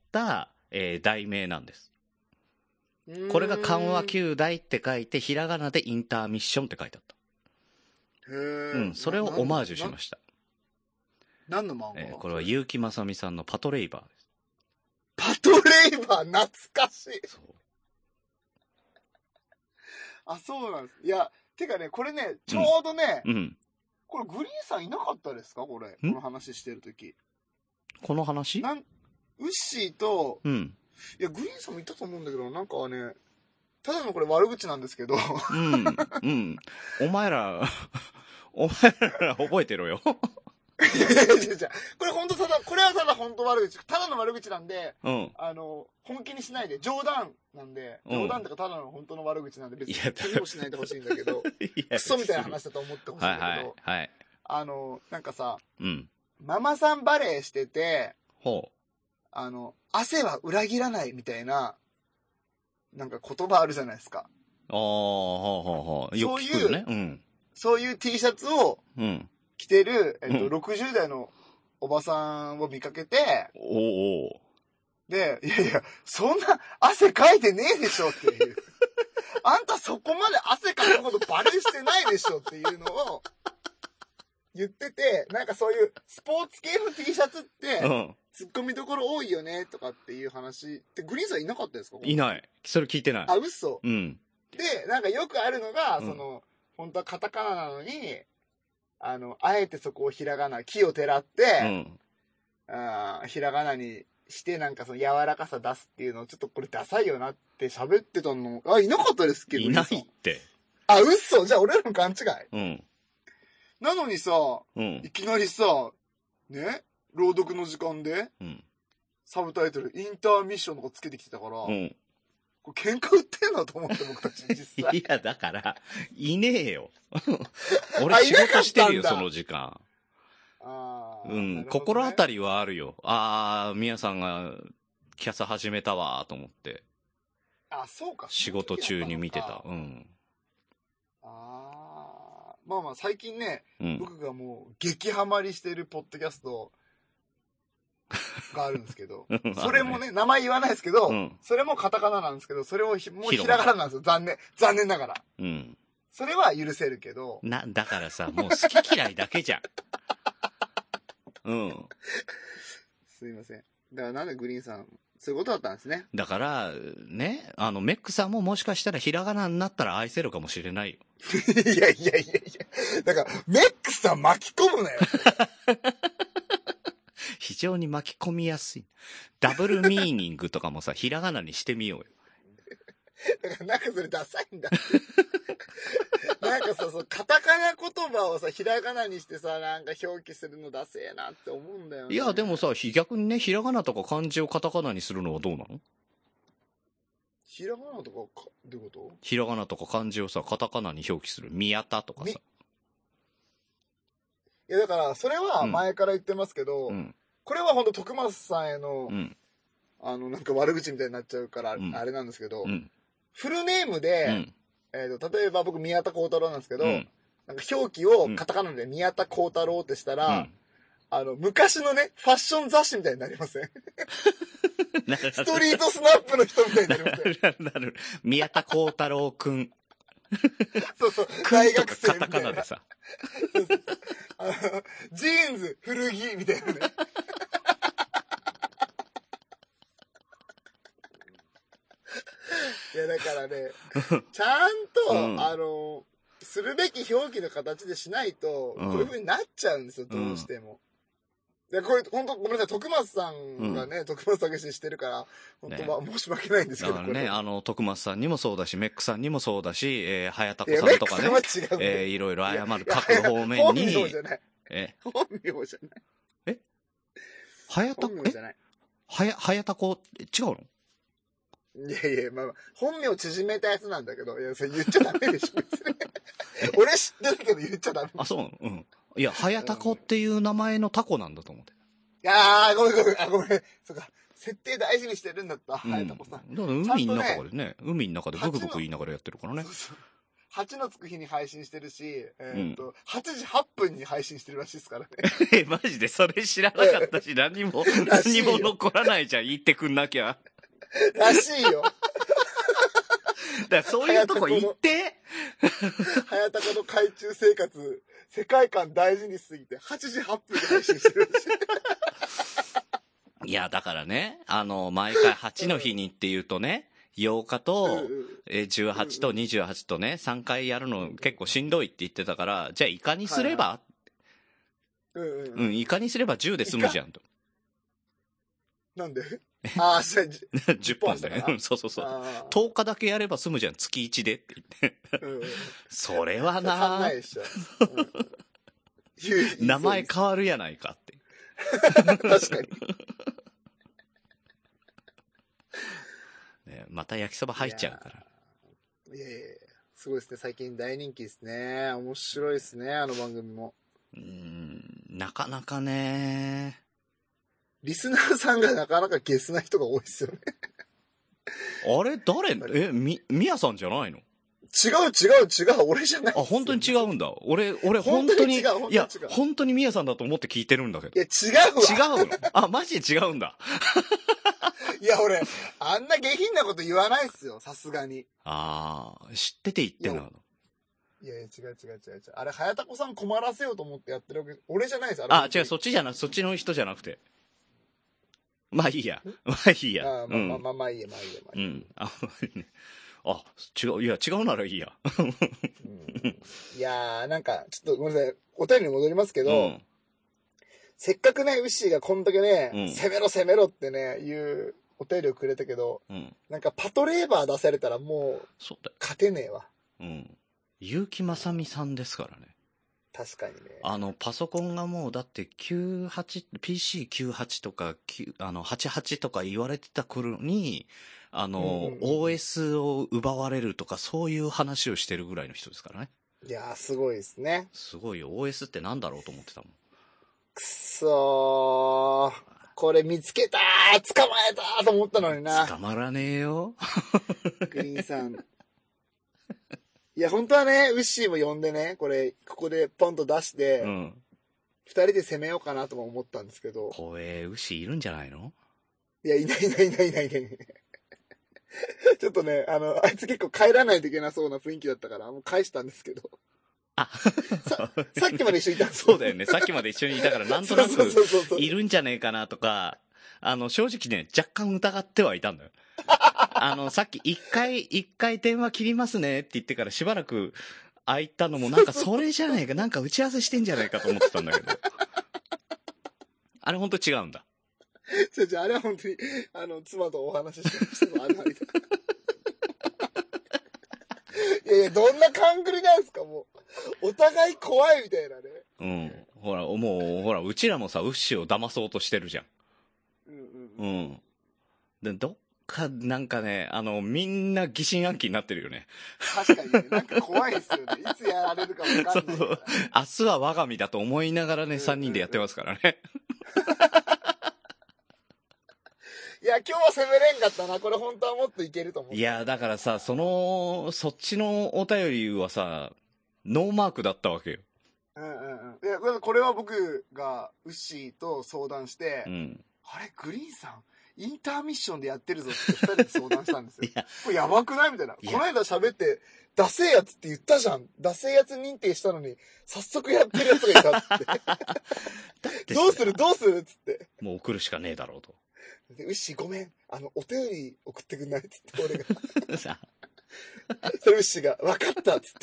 えー、題名なんです。これが緩和きゅうだいって書いてひらがなでインターミッションって書いてあった。へー。うん、それをオマージュしました。 何の漫画？ えー、これは結城正美さんのパトレイバーです。 パトレイバー懐かしい。そう。あ、そうなんです。いや、てかね、これね、ちょうどね、うんうん、これグリーンさんいなかったですかこれ。この話してるとき。 この話なん、ウッシーと、 うん。 いや、グリーンさんもいたと思うんだけど、なんかね、ただのこれ悪口なんですけど。 うん。うん。お前ら、お前ら覚えてろよ。 いやいやいやいや、これ本当ただ、これはただ本当悪口。ただの悪口なんで、うん、あの、本気にしないで、冗談なんで、冗談とかただの本当の悪口なんで、別に気にもしないでほしいんだけど、クソみたいな話だと思ってほしいんだけど、はいはいはい、あの、なんかさ、うん、ママさんバレーしてて、ほう。あの、汗は裏切らないみたいな、なんか言葉あるじゃないですか。ああ、ほうほうほう。よく聞くよね。うん。そういう T シャツを、うん。着てる、えっと、うん、ろくじゅう代のおばさんを見かけて、おお。で、いやいや、そんな汗かいてねえでしょっていう。あんたそこまで汗かくことバレしてないでしょっていうのを言ってて、なんかそういうスポーツ系の T シャツって、うん、ツッコミどころ多いよねとかっていう話って、グリーンさんいなかったですか？いない。それ聞いてない。あ、嘘。うん。で、なんかよくあるのが、うん、その、本当はカタカナなのに、あの、あえてそこをひらがな、木をてらって、うん、あひらがなにしてなんかその柔らかさ出すっていうのをちょっとこれダサいよなって喋ってたの。あ、いなかったですけど。いないって。あ、嘘？じゃあ俺らの勘違い？うん。なのにさ、うん、いきなりさ、ね、朗読の時間で、うん、サブタイトル、インターミッションとかつけてきてたから、うん、これ喧嘩売ってんのと思って僕たち実際。いや、だから、いねえよ。俺仕事してるよ、その時間。あうん、ね、心当たりはあるよ。ああ、みやさんがキャス始めたわ、と思って。あ、そうか。仕事中に見てた。うん。ああ。まあまあ、最近ね、うん、僕がもう激ハマりしてるポッドキャストがあるんですけど、それもね、名前言わないですけど、うん、それもカタカナなんですけど、それをひもうひらがななんですよ。残念。残念ながら。うん。それは許せるけど。な、だからさ、もう好き嫌いだけじゃん。うん。すいません。だからなんでグリーンさん、そういうことだったんですね。だから、ね、あの、メックさんももしかしたらひらがなになったら愛せるかもしれないよ。いやいやいやいや。だから、メックさん巻き込むなよ。非常に巻き込みやすい。ダブルミーニングとかもさ、ひらがなにしてみようよ。だからなんかそれダサいんだって。なんかさ、そう、カタカナ言葉をさ、ひらがなにしてさ、なんか表記するのダセえなって思うんだよね。いや、でもさ、逆にね、ひらがなとか漢字をカタカナにするのはどうなの？ひらがなとか、かどういうこと？ひらがなとか漢字をさ、カタカナに表記する。宮田とかさ。いや、だから、それは前から言ってますけど、うん、これはほんと徳松さんへの、うん、あの、なんか悪口みたいになっちゃうから、うん、あれなんですけど、うん、フルネームで、うんえー、と例えば僕宮田幸太郎なんですけど、うん、なんか表記をカタカナで宮田幸太郎ってしたら、うん、あの昔のねファッション雑誌みたいになりません？ストリートスナップの人みたいになりません？なるなる。宮田幸太郎くん。 そうそう、 ク大イとかカ学生みたいな。 タカナでさ。 そうそうそうあの、ジーンズ、古着、みたいなね。いや、だからね、ちゃんと、 うん、 あの、するべき表記の形でしないと、 うん、 こういう風になっちゃうんですよ、どうしても。で、これ、本当ごめんなさい、徳松さんがね、うん、徳松武史してるから、本当は申し訳ないんですけど、 だからね、あの、徳松さんにもそうだし、メックさんにもそうだし、えー、早田子さんとかね、えー、いろいろ謝る各方面に。 本名じゃない。 え本名じゃない。 え早田子、えはや、早田子、違うの？ いやいや、まあ、本名縮めたやつなんだけど、いや、それ言っちゃダメでしょ、別に。俺知ってるけど言っちゃダメ。 あ、そうなの？うん。いや、早田子っていう名前のタコなんだと思って。 いやー、ごめんごめん、あ、ごめん。そっか、設定大事にしてるんだった、早田子さん。 だから海の中でね、海の中でブクブク言いながらやってるからね。そうそう。 はちのつく日に配信してるし、えー、っと、うん、はちじはっぷんに配信してるらしいですからね。 え、マジでそれ知らなかったし、何も、何も残らないじゃん、言ってくんなきゃ。 らしいよ。 だからそういうとこ行って早田子の海中生活、世界観大事にしすぎて、はちじはっぷんで配信してるらしい。いや、だからね、あの、毎回はちの日にって言うとね、ようかと、えじゅうはちとにじゅうはちとね、さんかいやるの結構しんどいって言ってたから、じゃあいかにすれば、はいはい、うん、うん、いかにすればじゅうで済むじゃんと。 なんでああ、じゃあじゅっぽんでね。そうそうそう。とおかだけやれば済むじゃん、月いちでって言って。うん、それはなないでしょ、 うん、名前変わるやないかって。 確かに。 ね、また焼きそば入っちゃうから。 いやいやいや、すごいですね。最近大人気ですね。面白いですね、あの番組も。 うーん、なかなかね。 リスナーさんがなかなかゲスな人が多いですよね。 あれ誰え、み、みやさんじゃないの？ 違う違う違う、俺じゃない。 あ、本当に違うんだ。俺、俺本当に、いや、本当にみやさんだと思って聞いてるんだけど。 いや、違うわ。違うの？あ、マジで違うんだ。 いや、俺、あんな下品なこと言わないっすよ、さすがに。 ああ、知ってて言ってんの。 いやいや、違う違う違う違う。あれ、早田子さん困らせようと思ってやってるわけ、俺じゃないです、 あれ。あ、違う、そっちじゃなく、そっちの人じゃなくて。まあいいや。まあいいや。 あ、まあまあまあまあいいや、まあいいや、まあいいや。うん。あ、あ、違う、いや、違うならいいや。うん、 いやー、なんか、ちょっとごめんなさい、お便りに戻りますけど、うん、せっかくね、ウッシーがこんだけね、うん、攻めろ攻めろってね、いうお便りをくれたけど、うん、なんかパトレーバー出されたらもう、勝てねえわ。 うん。結城正美さんですからね。 確かにね。 あの、パソコンがもう、だってきゅうはち、ピーシーきゅうじゅうはち とか、あの、はちじゅうはちとか言われてた頃に、あの、うんうんうん、オーエス を奪われるとか、そういう話をしてるぐらいの人ですからね。 いやー、すごいですね。 すごいよ。オーエス ってなんだろうと思ってたもん。 くそー。これ見つけたー、捕まえたーと思ったのにな。 捕まらねえよ。 グリーンさん。いや、本当はね、ウッシーも呼んでね、これ、ここでポンと出して、うん、二人で攻めようかなとも思ったんですけど。 怖え、ウッシーいるんじゃないの？ いや、いないいないいないいないいない。ちょっとね、あの、あいつ結構帰らないといけなそうな雰囲気だったから、もう返したんですけど。 あさ、さっきまで一緒にいたんですよ。そうだよね。さっきまで一緒にいたから、なんとなく、いるんじゃねえかなとか、あの、正直ね、若干疑ってはいたんだよ。あの、さっき一回、一回電話切りますねって言ってからしばらく空いたのもなんかそれじゃねえか、なんか打ち合わせしてんじゃないかと思ってたんだけど。あれほんと違うんだ。 じゃじゃあれは本当に、あの、妻とお話ししてましたあれあれ。いやいや、どんな勘繰りなんですか、もう。お互い怖いみたいなね。 うん。ほら、もう、ほら、うちらもさ、ウッシーを騙そうとしてるじゃん。 うんうんうん。うん。 で、どっか、なんかね、あの、みんな疑心暗鬼になってるよね。 確かにね、なんか怖いですよね。いつやられるか分かんない。そうそう。 明日は我が身だと思いながらね、さんにんでやってますからね。 いや、今日は攻めれんかったな。これ本当はもっといけると思う。 いや、だからさ、その、そっちのお便りはさ、ノーマークだったわけよ。 うんうんうん。いや、これは僕がウッシーと相談して、うん、あれ、グリーンさん、 インターミッションでやってるぞって二人で相談したんですよ。 いや、 これやばくないみたいな。こいやの間喋って、ダセえやつって言ったじゃん。ダセえやつ認定したのに、早速やってるやつがいたっつって。 てどうするどうするっつって。 もう送るしかねえだろうと。 で、うっしーごめん。あの、お便り送ってくんないっつって、俺が。 さそれうっしーが、わかったっつって。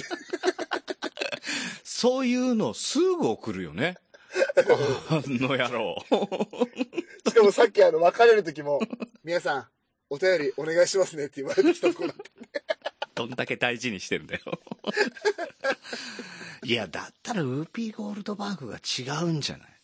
そういうのすぐ送るよね。あの野郎。 しかもさっきあの、別れる時も、皆さん、お便りお願いしますねって言われてきたところだった。 どんだけ大事にしてるんだよ。いや、だったらウーピーゴールドバーグが違うんじゃない？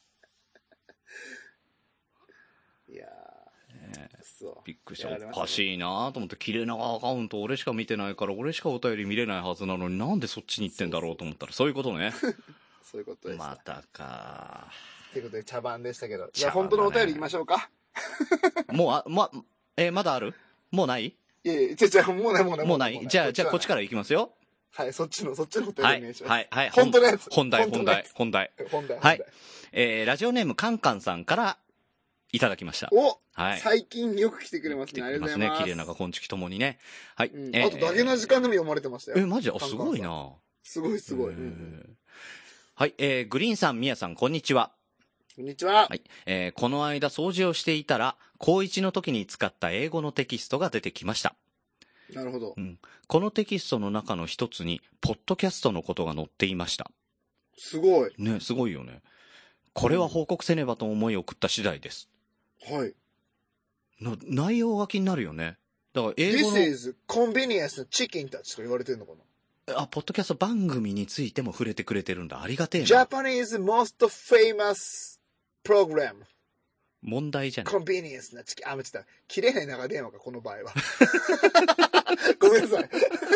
いやー、 ね、 そう。 びっくりした。おかしいなと思って、切れ長アカウント俺しか見てないから、俺しかお便り見れないはずなのになんでそっちに行ってんだろうと思ったら、そういうことね。 そういうことです。 またか。 ということで茶番でしたけど。じゃあ本当のお便り言いましょうか。 もう、あ、ま、えー、まだある？もうない？ いやいや、じゃあもうないもうない。 もうない。じゃあ、じゃあこっちから行きますよ。 はい、そっちの、そっちのお便りお願いします。 はい、はい、はい。 本当のやつ。 本題、本題、本題。 本題。 はい。えー、ラジオネームカンカンさんからいただきました。 お、 はい。 最近よく来てくれますね。ありがとうございます。 綺麗な昆虫ともにね。はい。 うん、あと、ダゲな時間でも読まれてましたよ。 え、マジで？あ、すごいな。 すごいすごい。 はい、えー、グリーンさん、ミヤさん、こんにちは。 こんにちは。 はい。えー、この間掃除をしていたら、高一の時に使った英語のテキストが出てきました。 なるほど。 うん。このテキストの中の一つに、ポッドキャストのことが載っていました。 すごい。 ね、すごいよね。これは報告せねばと思い送った次第です。 はい。 な、内容が気になるよね。だから英語の。 This is convenience chicken たちとか言われてるのかな？ あ、ポッドキャスト番組についても触れてくれてるんだ。ありがてえな。 Japanese most famous program。 問題じゃない。 コンビニエンスなチキン。あ、間違った。切れない長電話か、この場合は。ごめんなさい。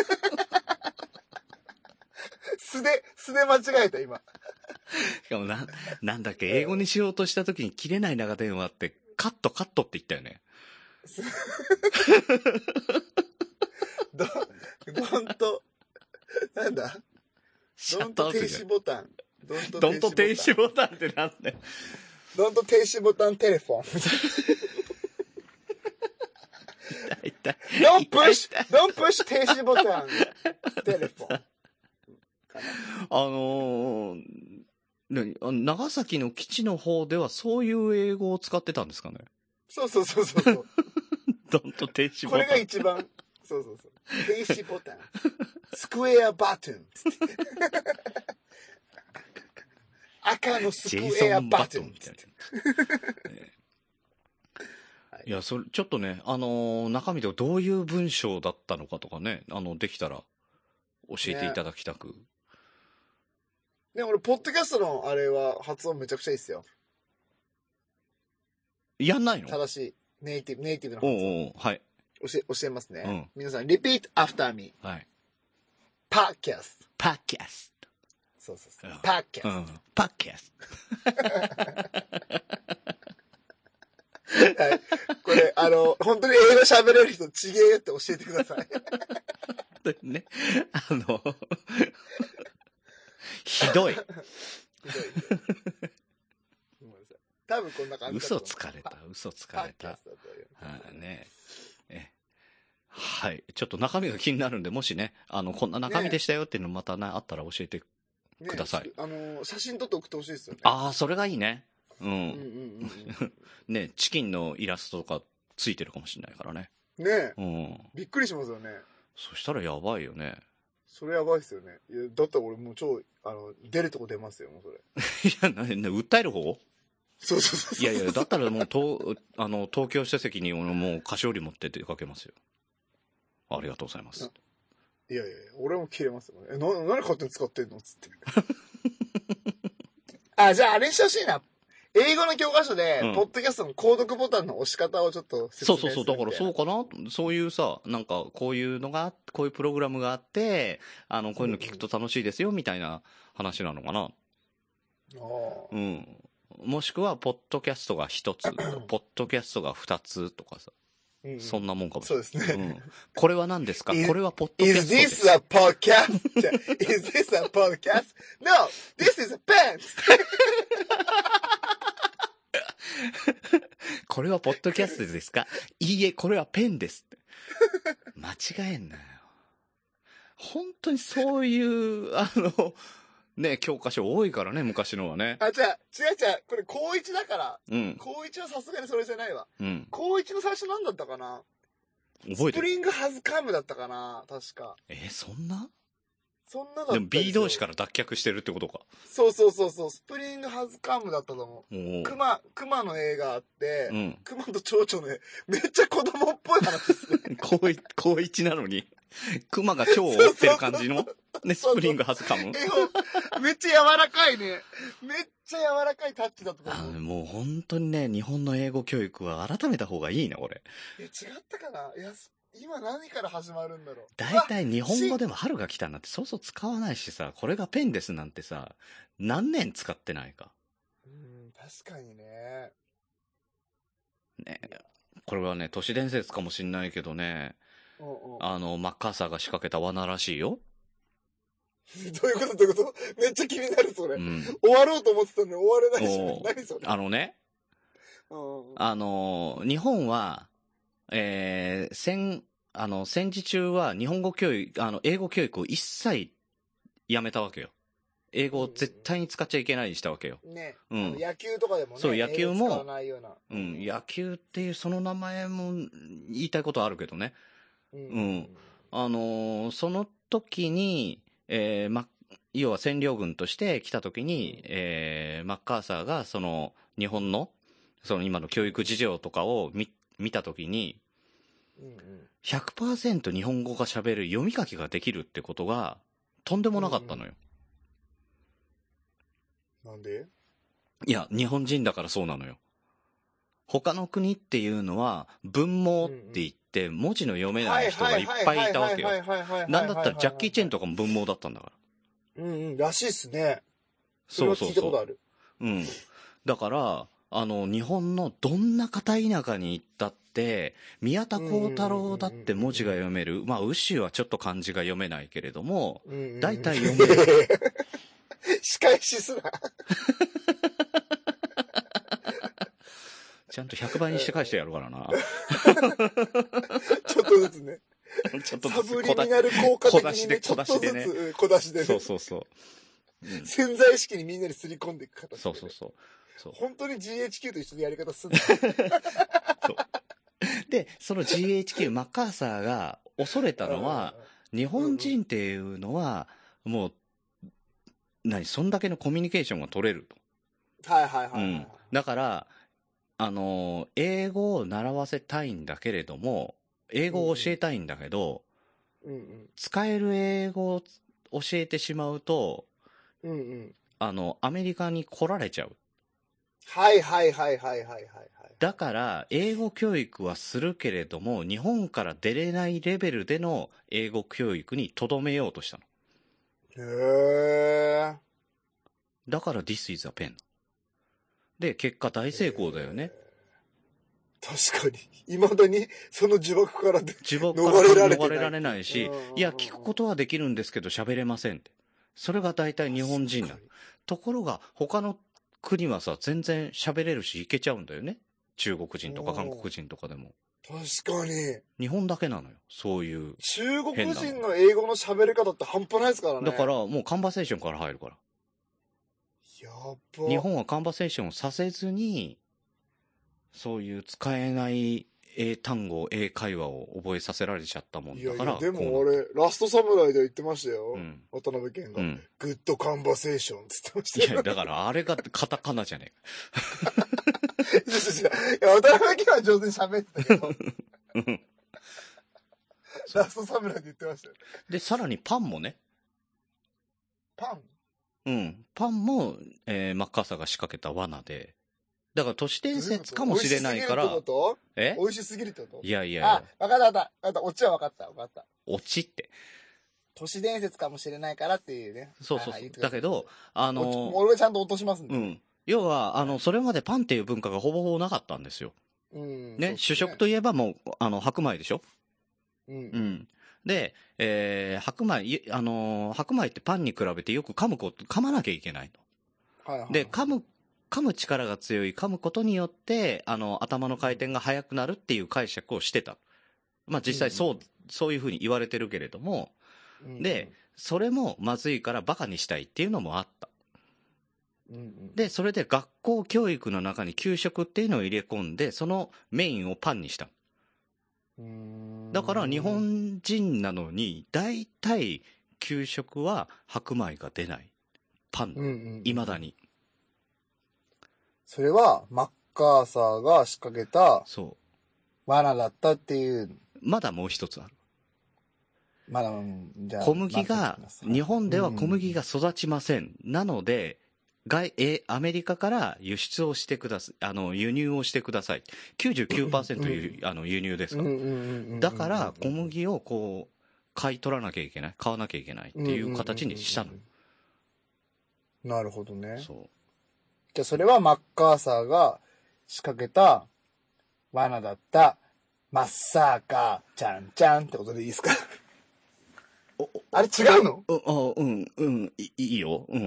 素で、素で間違えた、今。 しかもな、なんだっけ、英語にしようとした時に切れない長電話って、カットカットって言ったよね。 ど、どんと、なんだどんと停止ボタン。 どんと停止ボタンってなんだよ。 どんと停止ボタンテレフォン。 痛い痛い。 Don't push, don't push 停止ボタンテレフォン。 あのー、長崎の基地の方ではそういう英語を使ってたんですかね。 そうそうそうそうそう。 どんと停止ボタン。 これが一番。そうそうそう。停止ボタン。スクエアバトン。赤のスクエアバトン。いや、それ、ちょっとね、あのー、中身でどういう文章だったのかとかね、あの、できたら教えていただきたく。 ね、俺、ポッドキャストのあれは発音めちゃくちゃいいっすよ。 やんないの？ 正しい。ネイティブ、ネイティブの発音。 おうおう、はい。 教え、教えますね。 うん、 皆さん、repeat after me。 はい。 パッキャスト。 パッキャスト。 そうそうそう。パッキャスト。 うん、パッキャスト。はい。これ、あの、本当に英語喋れる人、ちげえって教えてください。 ね。あの、ひどい。ひどい。 多分こんな感じだと思う。 嘘つかれた、嘘つかれた。はいね。え。はい。ちょっと中身が気になるんで、もしね、あの、こんな中身でしたよっていうのまたね、あったら教えてください。 ね、あの、写真撮って送ってほしいですよね。 ああ、それがいいね。うん。うんうんうんうん、 ね、チキンのイラストとかついてるかもしれないからね。 ねえ。 うん。びっくりしますよね。 そしたらやばいよね。 それやばいっすよね。いや、だったら俺もう超、あの、出るとこ出ますよ、もうそれ。 いや、な、な、訴える方？ そうそうそうそう。 いやいや、だったらもう、と、あの、東京施設にもう菓子折り持って出かけますよ。ありがとうございます。 いやいやいや、俺も切れますよ。え、な、何勝手に使ってんのつって。あ、じゃああれにしてほしいな。英語の教科書で、うん、ポッドキャストの購読ボタンの押し方をちょっと説明する。 そうそうそう。だからそうかな。そういうさ、なんかこういうのが、こういうプログラムがあって、あの、こういうの聞くと楽しいですよ、みたいな話なのかな。ああ。うん。もしくは、ポッドキャストが一つ、ポッドキャストが二つとかさ。うんうん、そんなもんかもしれない。そうですね。うん、これは何ですか？これはポッドキャストです。 Is this a podcast? Is this a podcast? No, this is a pen! ここれはポッドキャストですかいいえ、これはペンですって。間違えんなよ。本当にそういう、あの、ね、教科書多いからね、昔のはね。 あ、じゃあ、違う違う。これ、高一だから。 うん。 高一はさすがにそれじゃないわ。 うん。 高一の最初なんだったかな、 覚えてる？ スプリングハズカムだったかな確か。 えー、そんなそんなだったでも B 同士から脱却してるってことか。 そうそうそうそう。スプリングハズカムだったと思う。 おクマ、クマの映画あって、 うん、 クマと蝶々の絵、めっちゃ子供っぽい話ですね。 高一、高一なのに、クマが蝶を追ってる感じの、ね、スプリングハズカム。 絵本、めっちゃ柔らかいね。めっちゃ柔らかいタッチだったと思う。 あのもう本当にね、日本の英語教育は改めた方がいいな、これ。 え、違ったかないや、今何から始まるんだろう。 大体日本語でも春が来たなんてそうそう使わないしさ、これがペンですなんてさ、何年使ってないか。 うん、確かにね。 ね、これはね、都市伝説かもしんないけどね、 うんうん、 あの、マッカーサーが仕掛けた罠らしいよ。 どういうことどういうことめっちゃ気になる、それ。うん、終わろうと思ってたのに終われないじゃん。何それ。 あのね、うんうん、あの、日本は、えー、戦、あの、戦時中は日本語教育、あの、英語教育を一切やめたわけよ。英語を絶対に使っちゃいけないにしたわけよ。 ね。 うん。 野球とかでもね。 そう、野球も、 使わないような。 うん、野球っていうその名前も言いたいことあるけどね。うん。うん、あのー、その時に、えー、ま、要は占領軍として来た時に、えー、マッカーサーがその日本の、その今の教育事情とかを見、見た時に、ひゃくパーセント 日本語が喋る読み書きができるってことがとんでもなかったのよ。 なんで？ いや、日本人だからそうなのよ。他の国っていうのは文盲って言って文字の読めない人がいっぱいいたわけよ。なんだったらジャッキー・チェンとかも文盲だったんだから。 うんうん、らしいっすね。それは聞いたことある。 そうそうそう。うん。だから、あの、日本のどんな片田舎に行ったって、宮田幸太郎だって文字が読める。まあ、牛はちょっと漢字が読めないけれども、大体読める。 仕返しすな。 ちゃんとひゃくばいにして返してやるからな。 ちょっとずつね。 ちょっとずつ。 サブリミナル効果的にね、 小出しでね。 小出しでね。 そうそうそう。 うん、潜在意識にみんなにすり込んでいく形で、ね。 そうそうそう。そう本当に ジーエイチキュー と一緒のやり方すんだ。 そう。で、その ジーエイチキュー、マッカーサーが恐れたのは、日本人っていうのは、もう、何、そんだけのコミュニケーションが取れると。はいはいはい、はい、うん。 だから、あの、英語を習わせたいんだけれども、英語を教えたいんだけど、うんうん、使える英語を教えてしまうと、うんうん、あの、アメリカに来られちゃう。 はいはいはいはいはいはい。 だから、英語教育はするけれども、日本から出れないレベルでの英語教育に留めようとしたの。 へー。 だから、This is a pen。で、結果大成功だよね。 確かに。未だに、その呪縛から呪縛から逃れられ逃れられないし、いや、聞くことはできるんですけど喋れませんって。それが大体日本人だ。ところが、他の国はさ、全然喋れるし、いけちゃうんだよね。中国人とか韓国人とかでも。 確かに。 日本だけなのよ。そういう。 中国人の英語の喋り方って半端ないですからね。 だから、もうカンバセーションから入るから。 やば。 日本はカンバセーションをさせずに、そういう使えない英単語、英会話を覚えさせられちゃったもんだから。いやいやでもあれ、ラストサムライで言ってましたよ。うん、渡辺謙が、うん。グッドカンバセーションって言ってましたよ。 いや、だからあれがカタカナじゃねえか。いや、渡辺謙は上手に喋ってたけど。ラストサムライで言ってましたよ。 で、さらにパンもね。 パンうん。パンも、えー、マッカーサーが仕掛けた罠で。だから都市伝説かもしれないから。 え美味しすぎるってこといやいやいや。 あ、わかったわかった。わかった。オチはわかった。わかった。 オチって。 都市伝説かもしれないからっていうね。 そうそうそう。だけど、あのー、 俺はちゃんと落としますんで。 うん。要は、あの、それまでパンっていう文化がほぼほぼなかったんですよ。うん。ね、主食といえばもう、あの、白米でしょ。うん。うん。で、えー、白米、あのー、白米ってパンに比べてよく噛むこと、噛まなきゃいけないの。はいはい。で、噛む噛む力が強い、噛むことによって、あの、頭の回転が速くなるっていう解釈をしてた。まあ実際そう、うんうん、そういうふうに言われてるけれども、うんうん、で、それもまずいからバカにしたいっていうのもあった。うんうん、で、それで学校教育の中に給食っていうのを入れ込んで、そのメインをパンにした。うーん、だから日本人なのに、大体給食は白米が出ない。パン、うんうんうん、未だに。 それはマッカーサーが仕掛けた罠だったっていう。 まだもう一つある。 まだ、うん、じゃあ小麦が、日本では小麦が育ちません。うん、なので、外、え、アメリカから輸出をしてください。あの、輸入をしてください。きゅうじゅうきゅうパーセント、うん、あの輸入ですから。だから、小麦をこう、買い取らなきゃいけない。買わなきゃいけないっていう形にしたの。 なるほどね。そう。じゃあ、それはマッカーサーが仕掛けた罠だった、マッサーカー、ちゃんちゃんってことでいいですか？あれ違うの？ あ、うん、うん、いいよ。うん。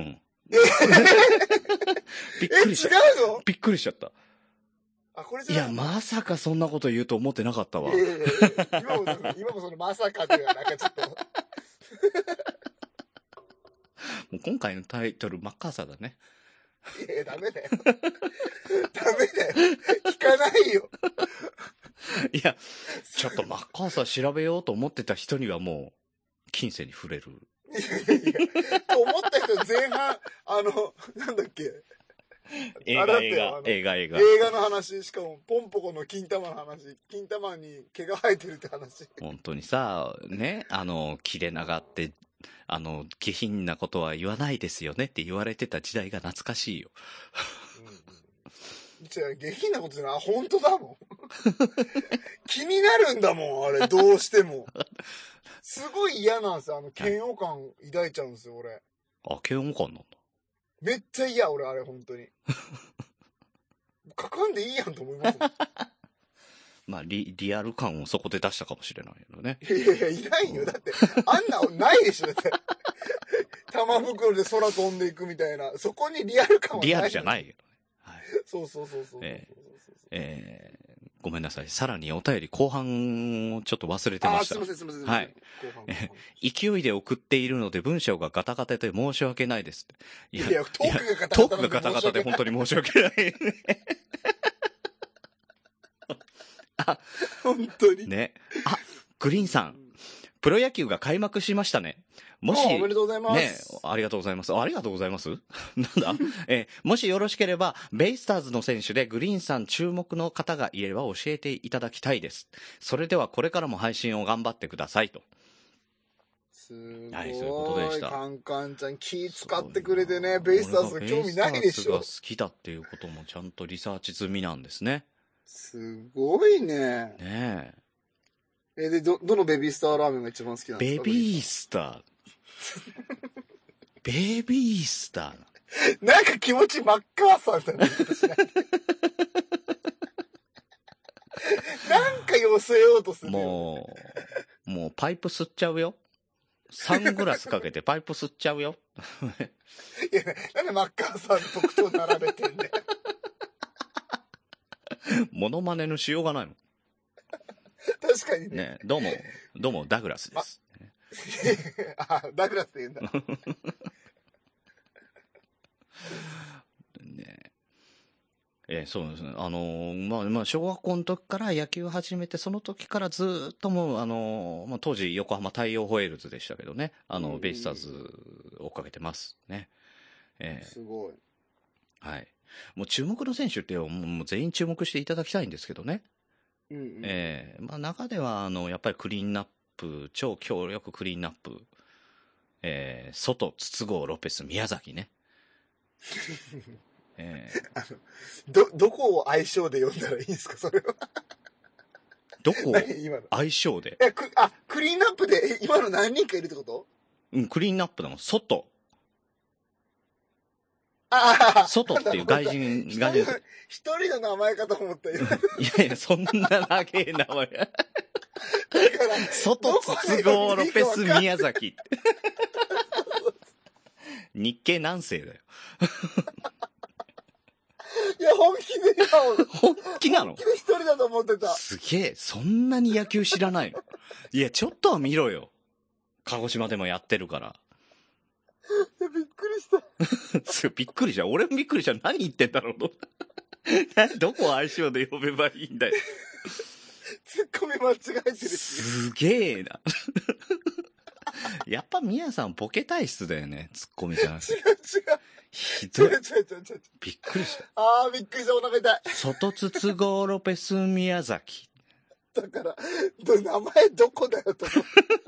びっくりした。 え、違うの？ びっくりしちゃった。 あ、これじゃない。 いや、まさかそんなこと言うと思ってなかったわ。 いやいやいや今も、今もそのまさかっていうのはなんかちょっと。もう今回のタイトル、マッカーサーだね。 いや、ダメだよ。ダメだよ。聞かないよ。 いや、ちょっとマッカーサー調べようと思ってた人にはもう、近世に触れる。 いやいや、と思った人前半、あの、なんだっけ。 映画、映画、映画、映画。 映画の話、しかも、ポンポコの金玉の話、金玉に毛が生えてるって話。 本当にさ、ね、あの、切れ長って、あの、下品なことは言わないですよねって言われてた時代が懐かしいよ。 うん、じゃあ、下品なことじゃない、本当だもん。気になるんだもん、あれ、どうしても。すごい嫌なんですよ、あの、嫌悪感抱いちゃうんですよ、俺。 あ、嫌悪感なんだ。 めっちゃ嫌、俺、あれ、本当に。書かんでいいやんと思いますもん。 まあリ、リアル感をそこで出したかもしれないよね。 いやいや、いないよ。だって、あんなのないでしょ、だって。玉袋で空飛んでいくみたいな。そこにリアル感はない。 リアルじゃないけどね。 はい、そうそうそうそう。えーえー、ごめんなさい。さらにお便り後半をちょっと忘れてました。 あ、すいません、すいません。 はい。勢いで送っているので文章がガタガタで申し訳ないです。 いや、いやトークがガタガタで。 トークがガタガタで本当に申し訳ない。あ、 本当にね。あ、グリーンさん。プロ野球が開幕しましたね。もし、 おめでとうございます。 ね、ありがとうございます。ありがとうございます。なんだえー、もしよろしければ、ベイスターズの選手でグリーンさん注目の方がいれば教えていただきたいです。それではこれからも配信を頑張ってくださいと。 すごい。 はい、そういうことでした。 カンカンちゃん気使ってくれてね、ベイスターズが興味ないでしょ。ベイスターズが好きだっていうこともちゃんとリサーチ済みなんですね。 すごいね。 ねえ。 え、で、ど、どのベビースターラーメンが一番好きなんですか？ ベビースター。ベビースター。なんか気持ちマッカーサーみたいな言い方しないで。なんか寄せようとするよ。 もう、もうパイプ吸っちゃうよ。サングラスかけてパイプ吸っちゃうよ。 いや、なんでマッカーサーの特徴並べてんだよ。 モノマネのしようがないもん。 確かにね。 ね、どうも、どうも、ダグラスです。 あ、ダグラスって言うんだ。 ねえー、そうですね。あのー、まあ、まあ、小学校の時から野球を始めて、その時からずっともう、あのー、まあ、当時横浜太陽ホエールズでしたけどね、あの、ベイスターズ追っかけてますね。えー、 すごい。 はい。もう注目の選手ってもう全員注目していただきたいんですけどね。うんうん、えー、まあ、中では、あの、やっぱりクリーンナップ、超強力クリーンナップ、えー、外、筒香、ロペス、宮崎ね。えー、 あの、ど、どこを相性で呼んだらいいんですか、それは。 どこを相性でえ、く、あ、クリーンナップで、今の何人かいるってこと？ うん、クリーンナップだもん、外。 ああ、 外っていう外人、外人。 一人の名前かと思ったよ。 いやいや、そんな長い名前。だから、外、筒香、ロペス、宮崎。日系何世だよ。 いや、本気で今、 本気なの？ 本気で一人だと思ってた。 すげえ、そんなに野球知らないの？いや、ちょっとは見ろよ。鹿児島でもやってるから。 いや、びっくりした。 びっくりした。俺もびっくりした。何言ってんだろうと。どこを相性で呼べばいいんだよ。 ツッコミ間違えてるし。 すげえな。やっぱミヤさんボケ体質だよね。ツッコミじゃなくて。 違う違う。 ひどい。 違う違う違う違う。 びっくりした。 あー、びっくりした。お腹痛い。 外筒香ロペス宮崎。 だから、ど名前どこだよと思って。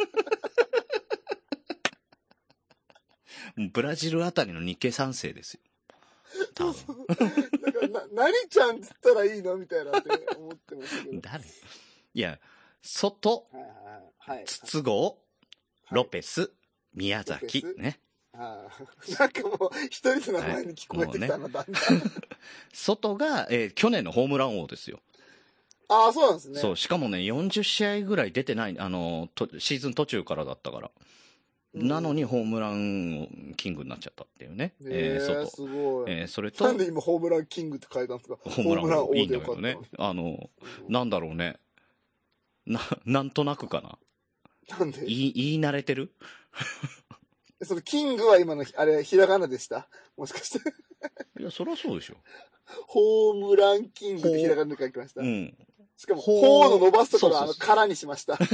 もうブラジルあたりの日系三世ですよ。多分。 だからな、何ちゃんっつったらいいのみたいなって思ってましたけど。 誰？いや、外、 はいはいはい。 筒香、ロペス、宮崎ロペスね。 ああ、なんかもう一人の名前に聞こえてきたの、だんだん。 外が、えー去年のホームラン王ですよ。 ああ、そうなんですね。 そう、しかもね、よんじゅっしあいぐらい出てない、あの、とシーズン途中からだったから。 うんなのにホームランキングになっちゃったっていうね。えー、 えー、 外。 すごい。 えーそれと、 なんで今ホームランキングって書いたんですか？ ホームラン王いいんだけどホームラン王でよかっ。 ねあの、 たのになんだろうね。な、なんとなくかな。 なんで言い、言い慣れてる？ そのキングは今の、あれ、ひらがなでしたもしかして。 いや、そりゃそうでしょ。 ホームランキングってひらがなで書きました。 うん。 しかも、 ほうほうの伸ばすところは、あの、 そうそうそう空にしました。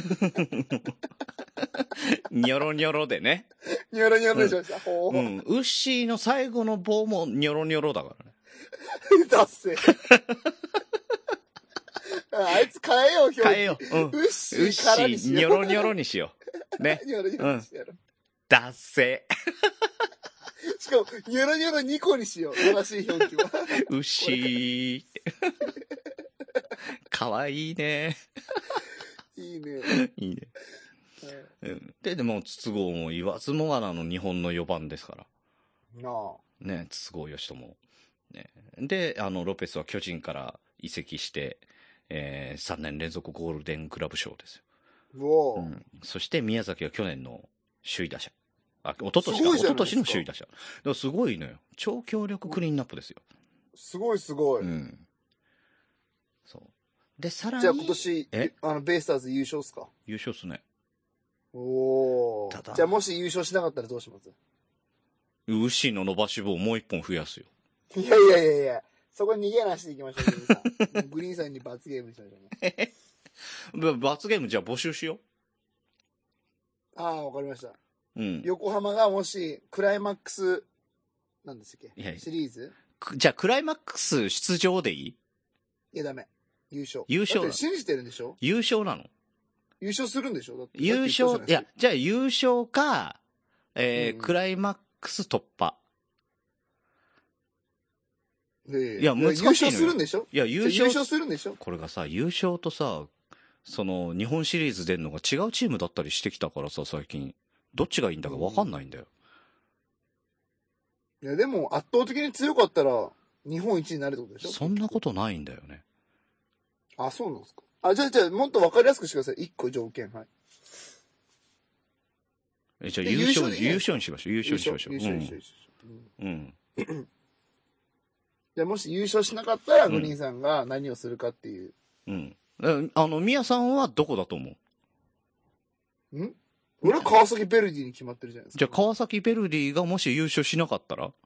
ニョロニョロでね。 ニョロニョロにしました。ほう。 うん。ウッシーの最後の棒もニョロニョロだからね。 だっせ。あいつ変えよう、表記。 変えよう。うん。 ウッシウッーからにシー、 しよう。 ニョロニョロにしよう。ね。 ニョロニョロにしよう。 だっせ。 しかも、ニョロニョロにこにしよう。正しい表記は。 ウッシー。かわいいね。 いいね。 いいね。 はいうんで、でも、筒香も言わずもがなの日本のよばんですから。 なあ。 ね、筒香義人。ね。で、あの、ロペスは巨人から移籍して、えー、さんねん連続ゴールデングラブ賞ですよ。 うおー、 うん。そして宮崎は去年の首位打者。あ、一昨年か。 すごい一昨じゃないですか年の首位打者。だからすごいのよ。超強力クリーンナップですよ。 すごいすごい。 うん。そう。で、さらに。 じゃあ今年、 えあの、ベイスターズ優勝っすか？ 優勝っすね。 おただー。じゃあもし優勝しなかったらどうします？ ウッシーの伸ばし棒をもう一本増やすよ。 いやいやいやいや、そこに逃げなしでいきましょう、グリーンさん。もうグリーンさんに罰ゲームしましょうね。 ば罰ゲームじゃあ募集しよああ、わかりました。 う。うん。 横浜がもし、クライマックス、なんですっけいやいやシリーズくじゃあクライマックス出場でいい？ いや、ダメ。優勝。 優勝なのだって信じてるんでしょ？ 優勝なの？ 優勝するんでしょ？だって優勝、いや、じゃあ優勝か、えーうんうんクライマックス突破。 いやいや難しいのよ優勝するんでしょ？ いや、優勝、 優勝するんでしょ？ これがさ、優勝とさ、その、日本シリーズ出るのが違うチームだったりしてきたからさ、最近。どっちがいいんだか分かんないんだよ。 いや、でも圧倒的に強かったら、日本一になるってことでしょ？ そんなことないんだよね。 あ、そうなんですか。あ、じゃあ、じゃあ、もっと分かりやすくしてください。一個条件、はい。 え、じゃあで優勝、 優勝できない優勝にしましょう。優勝にしましょう。 優勝、優勝、優勝。うんうん。うん。 じゃあ、もし優勝しなかったら、グリーンさんが何をするかっていう。 うん。えあの、宮さんはどこだと思うん俺は川崎ベルディに決まってるじゃないですか。 じゃあ川崎ベルディがもし優勝しなかったら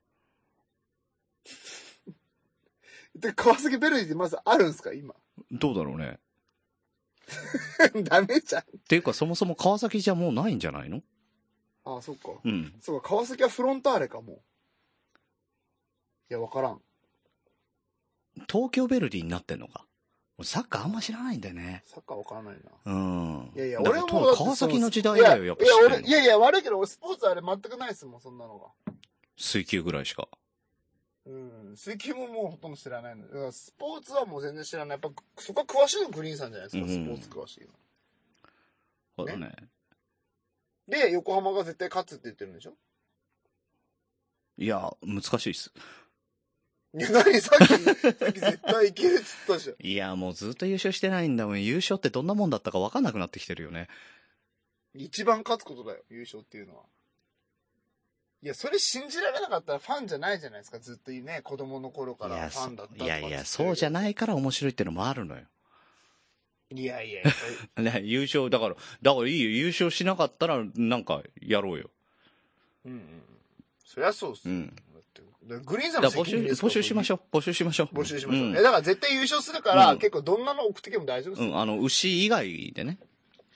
で、川崎ベルディってまずあるんすか、今。 どうだろうね。 ダメじゃん。 っていうかそもそも川崎じゃもうないんじゃないの？ あ、そっか。 うん。 そうか、川崎はフロンターレかも。いや、わからん。 東京ベルディになってんのか。サッカーあんま知らないんだよね。 サッカーわからないな。 うん。 いやいや、 だから俺はもうだってその。 川崎の時代だよ、やっぱいや、いや、 知ってんの俺、いやいや、悪いけど、俺スポーツあれ全くないですもん、そんなのが。 水球ぐらいしか。 うん。水球ももうほとんど知らないの。だからスポーツはもう全然知らない。やっぱ、そこは詳しいのグリーンさんじゃないですか、 うんスポーツ詳しいの。 そうだね。 で、横浜が絶対勝つって言ってるんでしょ？ いや、難しいっす。 いや、何さっき、さっき絶対いけるっつったじゃん。 いや、もうずっと優勝してないんだもん。優勝ってどんなもんだったか分かんなくなってきてるよね。 一番勝つことだよ、優勝っていうのは。 いや、それ信じられなかったらファンじゃないじゃないですか。ずっとね、子供の頃からファンだったとかいやいや、そうじゃないから面白いってのもあるのよ。 いやいやいや。 ね、優勝、だから、だからいいよ、優勝しなかったら、なんか、やろうよ。 うんうん。そりゃそうっすよ。 うん。 だってグリーンさんの募集、募集しましょう。募集しましょう。 募集しましょう。 うん、 え、だから絶対優勝するから、 うん、 結構どんなの送ってけも大丈夫っすよ。 うん、あの、牛以外でね。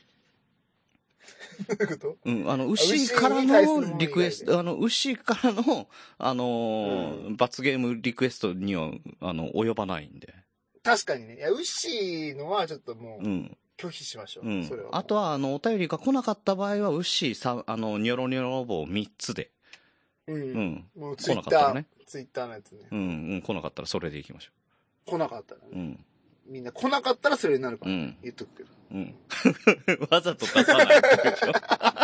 どういうこと？ うん、あの、牛からのリクエスト、あの、牛からの、あのーうん、罰ゲームリクエストには、あの、及ばないんで。 確かにね。いや、牛のはちょっともう、うん、拒否しましょう。 うん。 それは。 あとは、あの、お便りが来なかった場合は、牛、さ、あの、ニョロニョロ棒みっつで。 うん。うん。もう来なかったらね。 ツイッターのやつね。 うん、うん、来なかったらそれでいきましょう。来なかったらね。 うん。 みんな来なかったらそれになるから、ね、うん、言っとくけど。 うん。わざと出さないでしょ。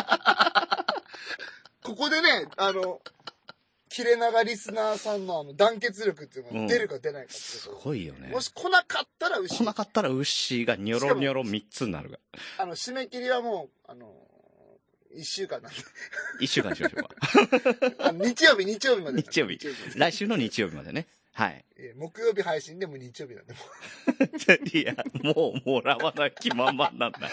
ここでね、あの、切れ長リスナーさんのあの団結力っていうのが出るか出ないかって、うん、 すごいよね。 もし来なかったら牛。来なかったら牛がニョロニョロみっつになるが。 あの、締め切りはもう、あの、いっしゅうかんなんで。 いっしゅうかんにしましょうか。 日曜日、日曜日まで。 日曜日。来週の日曜日までね。はい。 木曜日配信でも日曜日なんで。 いや、もうもらわない気満々なんだ。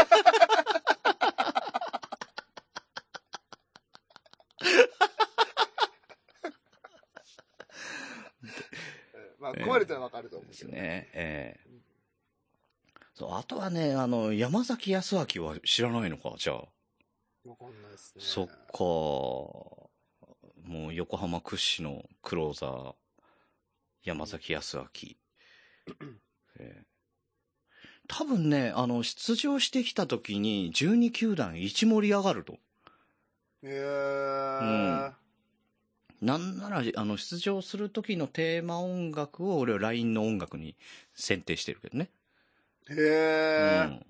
まあ、壊れたらわかると思う、 ですね。ええー。そう、あとはね、あの、山崎康明は知らないのか、じゃあ。 わかんないですね。 そっか。もう横浜屈指のクローザー、山崎康明。えー、多分ね、あの、出場してきた時にじゅうに球団一盛り上がると。 へえー。うん。 なんなら、あの、出場する時のテーマ音楽を俺は ライン の音楽に選定してるけどね。 へえ。 うん。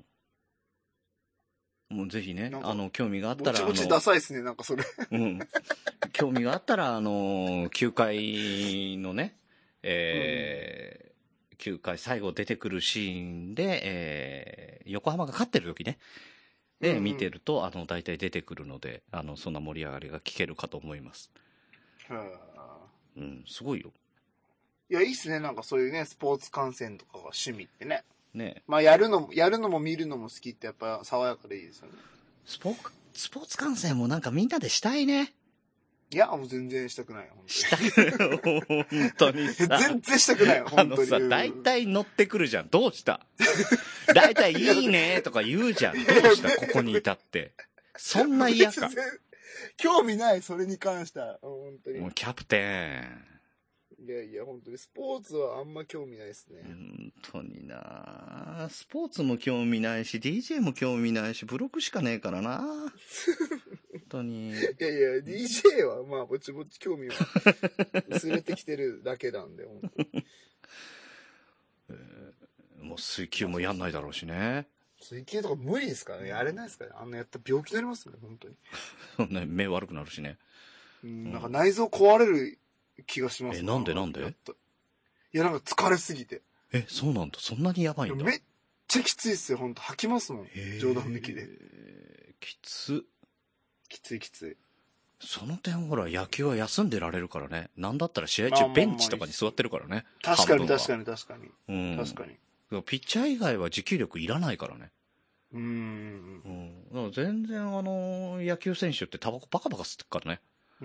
もうぜひね、あの、興味があったら。 もちもちダサいっすね、なんかそれ。 うん。興味があったら、あの、きゅうかいのね、えー、うん、きゅうかい最後出てくるシーンで、えー、横浜が勝ってる時ね。で、うんうん、見てると、あの、大体出てくるので、あの、そんな盛り上がりが聞けるかと思います。うん、すごいよ。 いや、いいっすね。なんかそういうね、スポーツ観戦とかが趣味ってね。 ね。 まあ、やるのも、やるのも見るのも好きってやっぱ爽やかでいいですよね。 スポ、スポーツ観戦もなんかみんなでしたいね。 いや、もう全然したくない。本当にしたくない。本当にさ。 全然したくない。本当に。 あのさ、大体乗ってくるじゃん。どうした大体いいねとか言うじゃん。どうしたここにいたって。そんな嫌か。 興味ない、それに関しては。本当に。 もうキャプテン。いやいや、本当にスポーツはあんま興味ないですね。 本当になスポーツも興味ないし、ディージェー も興味ないし、ブログしかねえからな本当に。いやいや、ディージェー はまあ、ぼちぼち興味は薄れてきてるだけなんで、本当に。 えー、もう水球もやんないだろうしね。 水球とか無理ですからね。やれないですからね。あんなやったら病気になりますね、本当に。 そんな目悪くなるしね。 うん、なんか内臓壊れる気がします、 ね。え、なんでなんで？ いや、なんか疲れすぎて。 え、そうなんだ。そんなにやばいんだ。 めっちゃきついっすよ、本当吐きますもん。冗談抜きで。 きつ。 きついきつい。 その点ほら、野球は休んでられるからね。なんだったら試合中ベンチとかに座ってるからね。 まあまあまあ、確かに確かに確かに。 うん。 確かに。 ピッチャー以外は持久力いらないからね。 うーん。 うん。全然あの、野球選手ってタバコバカバカ吸ってっからね。 うん、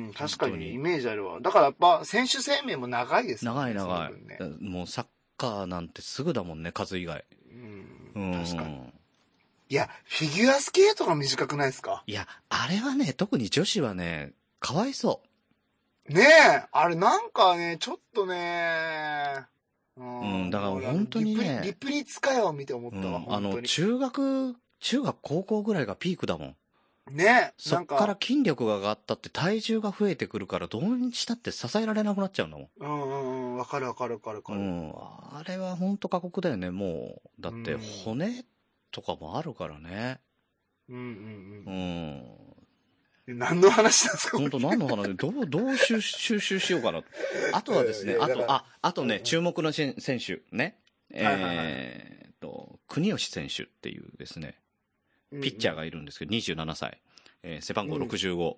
確かにイメージあるわ。だからやっぱ選手生命も長いですね。長い長い。ね、もうサッカーなんてすぐだもんね、数以外。 うん。確かに。いや、フィギュアスケートが短くないですか？ いや、あれはね、特に女子はね、かわいそう。 ねえ、あれなんかね、ちょっとね、 うん、だから本当にね。 リプリ使えよ見て思ったわ、 うん、あの、中学、中学高校ぐらいがピークだもん。 ね、 そっから筋力が上がったって体重が増えてくるからどうにしたって支えられなくなっちゃうんだもん。 うんうんうん、わかるわかるわかるわかる。 うん、あれは本当過酷だよね、もう。だって骨とかもあるからね。 うんうんうん。 うん。何の話なんですか？ 本当何の話どう、どう収集しようかな。あとはですね、あと、あ、あとね、注目の選手、ね。えーと、国吉選手っていうですね、ピッチャーがいるんですけど、にじゅうななさい。えー、背番号ろくじゅうご。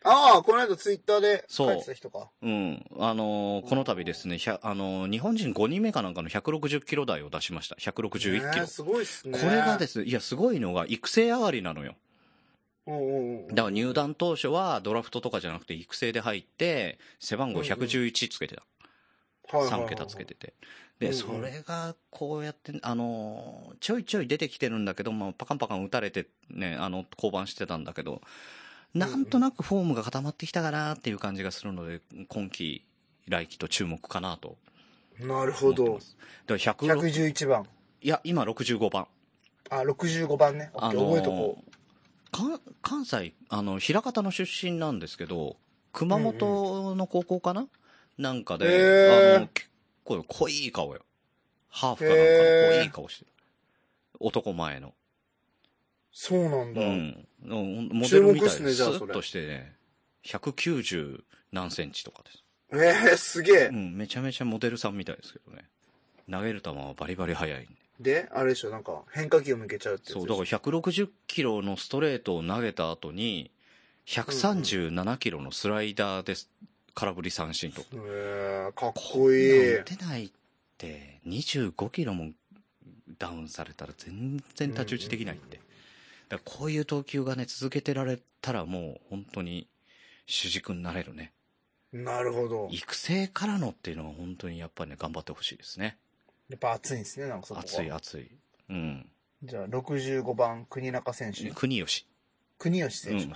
ああ、この間ツイッターでそう書いてた人か。 うん。あのーこの度ですね、ひゃあのー日本人ごにんめかなんかのひゃくろくじゅっキロ台を出しました。ひゃくろくじゅういちキロ。 ね、すごいっすね。 これがですね、いや、すごいのが育成上がりなのよ。 うんうんうん。 だから入団当初はドラフトとかじゃなくて育成で入って、背番号ひゃくじゅういちつけてた。 はいはいはいはいさん桁つけてて。で、 うんうんそれがこうやって、あのーちょいちょい出てきてるんだけど、まあ、パカンパカン打たれてね、あの、降板してたんだけど、なんとなくフォームが固まってきたかなっていう感じがするので、今季、来季と注目かなとなるほど。 思ってます。だからひゃくじゅういちばん。 いや、今ろくじゅうごばん。 あ、ろくじゅうごばんね。オッケー、覚えとこう。 か関西、あの、枚方の出身なんですけど、熊本の高校かな、うんうん、なんかで、 へー、 あの、結構濃い顔よ。ハーフかなんかの濃い顔してる。男前の。 そうなんだ。 うん。モデルみたい注目っすねで、スじゃあそれッとしてね、ひゃくきゅうじゅう何センチとかです。 ええー、すげえ。 うん、めちゃめちゃモデルさんみたいですけどね。投げる球はバリバリ速いんで。で、あれでしょ、なんか変化球を向けちゃうってやつでしょ。 そう、だからひゃくろくじゅっキロのストレートを投げた後に、ひゃくさんじゅうななキロのスライダーです。空振り三振と。 へえー、かっこいい。 打てないって、にじゅうごキロもダウンされたら全然太刀打ちできないって。だからこういう投球がね、続けてられたらもう本当に主軸になれるね。 なるほど。 育成からのっていうのは本当にやっぱりね、頑張ってほしいですね。 やっぱ熱いんですね、なんかそこは。 熱い熱い。うん。 じゃあ、ろくじゅうごばん、国中選手。 国吉。 国吉選手か。 うん、はい、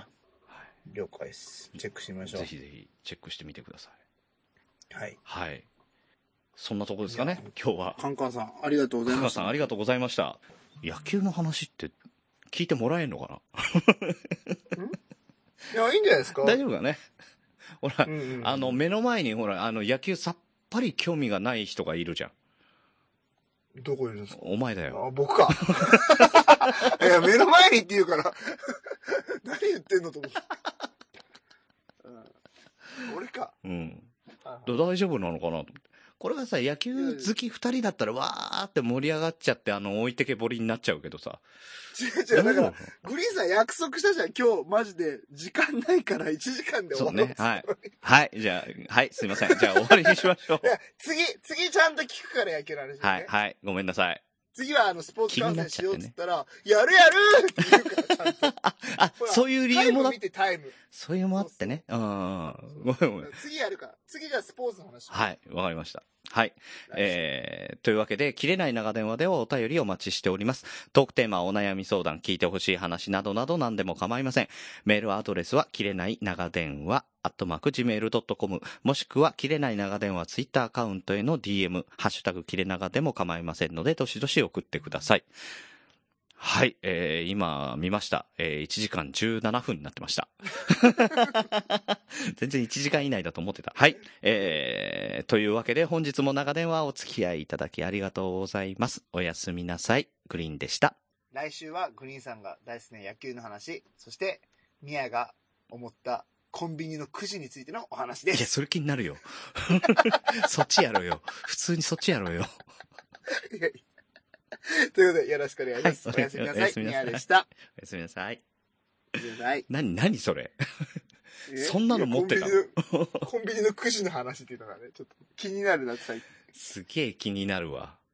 了解です。チェックしてみましょう。 ぜひぜひチェックしてみてください。 はい。 はい。そんなとこですかね、今日は。 カンカンさん、ありがとうございました。 カンカンさん、ありがとうございました。野球の話って聞いてもらえるのかなんいや、いいんじゃないですか。 大丈夫かね。ほら、 うんうんうん、 あの、目の前にほら、あの、野球さっぱり興味がない人がいるじゃん。 どこいるんですか。 お前だよ。 あ、僕か。いや、目の前にって言うから、何言ってんのと思って。うん、俺か。 うん。大丈夫なのかなと思って。これがさ、野球好き二人だったら、わーって盛り上がっちゃって、あの、置いてけぼりになっちゃうけどさ。 違う違う、だから、グリーンさん約束したじゃん、今日、マジで、時間ないからいちじかんで終わる。 そうね、はい。はい、じゃあ、はい、すいません。じゃあ、終わりにしましょう。 いや、次、次ちゃんと聞くから野球の話、ね。 はい、はい、ごめんなさい。 次は、あの、スポーツ観戦しようっつったら、ね、やるやるって言うから、ちゃんと。 あ、あ、そういう理由もだ。 タイム見てタイム。 そういうもあってね。うん。ごめんごめん。 次やるから。次じゃあスポーツの話。 はい、わかりました。はい。えー、というわけで、切れない長電話ではお便りをお待ちしております。トークテーマ、お悩み相談、聞いてほしい話などなど何でも構いません。メールアドレスは、切れない長電話、アットマーク、ジメールドットコム、もしくは、切れない長電話、ツイッターアカウントへの ディーエム、ハッシュタグ、切れ長でも構いませんので、どしどし送ってください。はい、えー、今見ました。えー、いちじかんじゅうななふんになってました。全然いちじかん以内だと思ってた。はい。えー、というわけで本日も長電話お付き合いいただきありがとうございます。おやすみなさい。グリーンでした。 来週はグリーンさんが大好きな野球の話、そしてミヤが思ったコンビニのくじについてのお話です。 いや、それ気になるよ。そっちやろうよ。普通にそっちやろうよ。 いやいやということで、よろしくお願いします。はい、おやすみなさい。ミヤでした。 おやすみなさい。 おやすみなさい。 何、何それ。そんなの持ってたの？ コンビニのくじの話っていうのがね、ちょっと気になるなって最近。 すげえ気になるわ。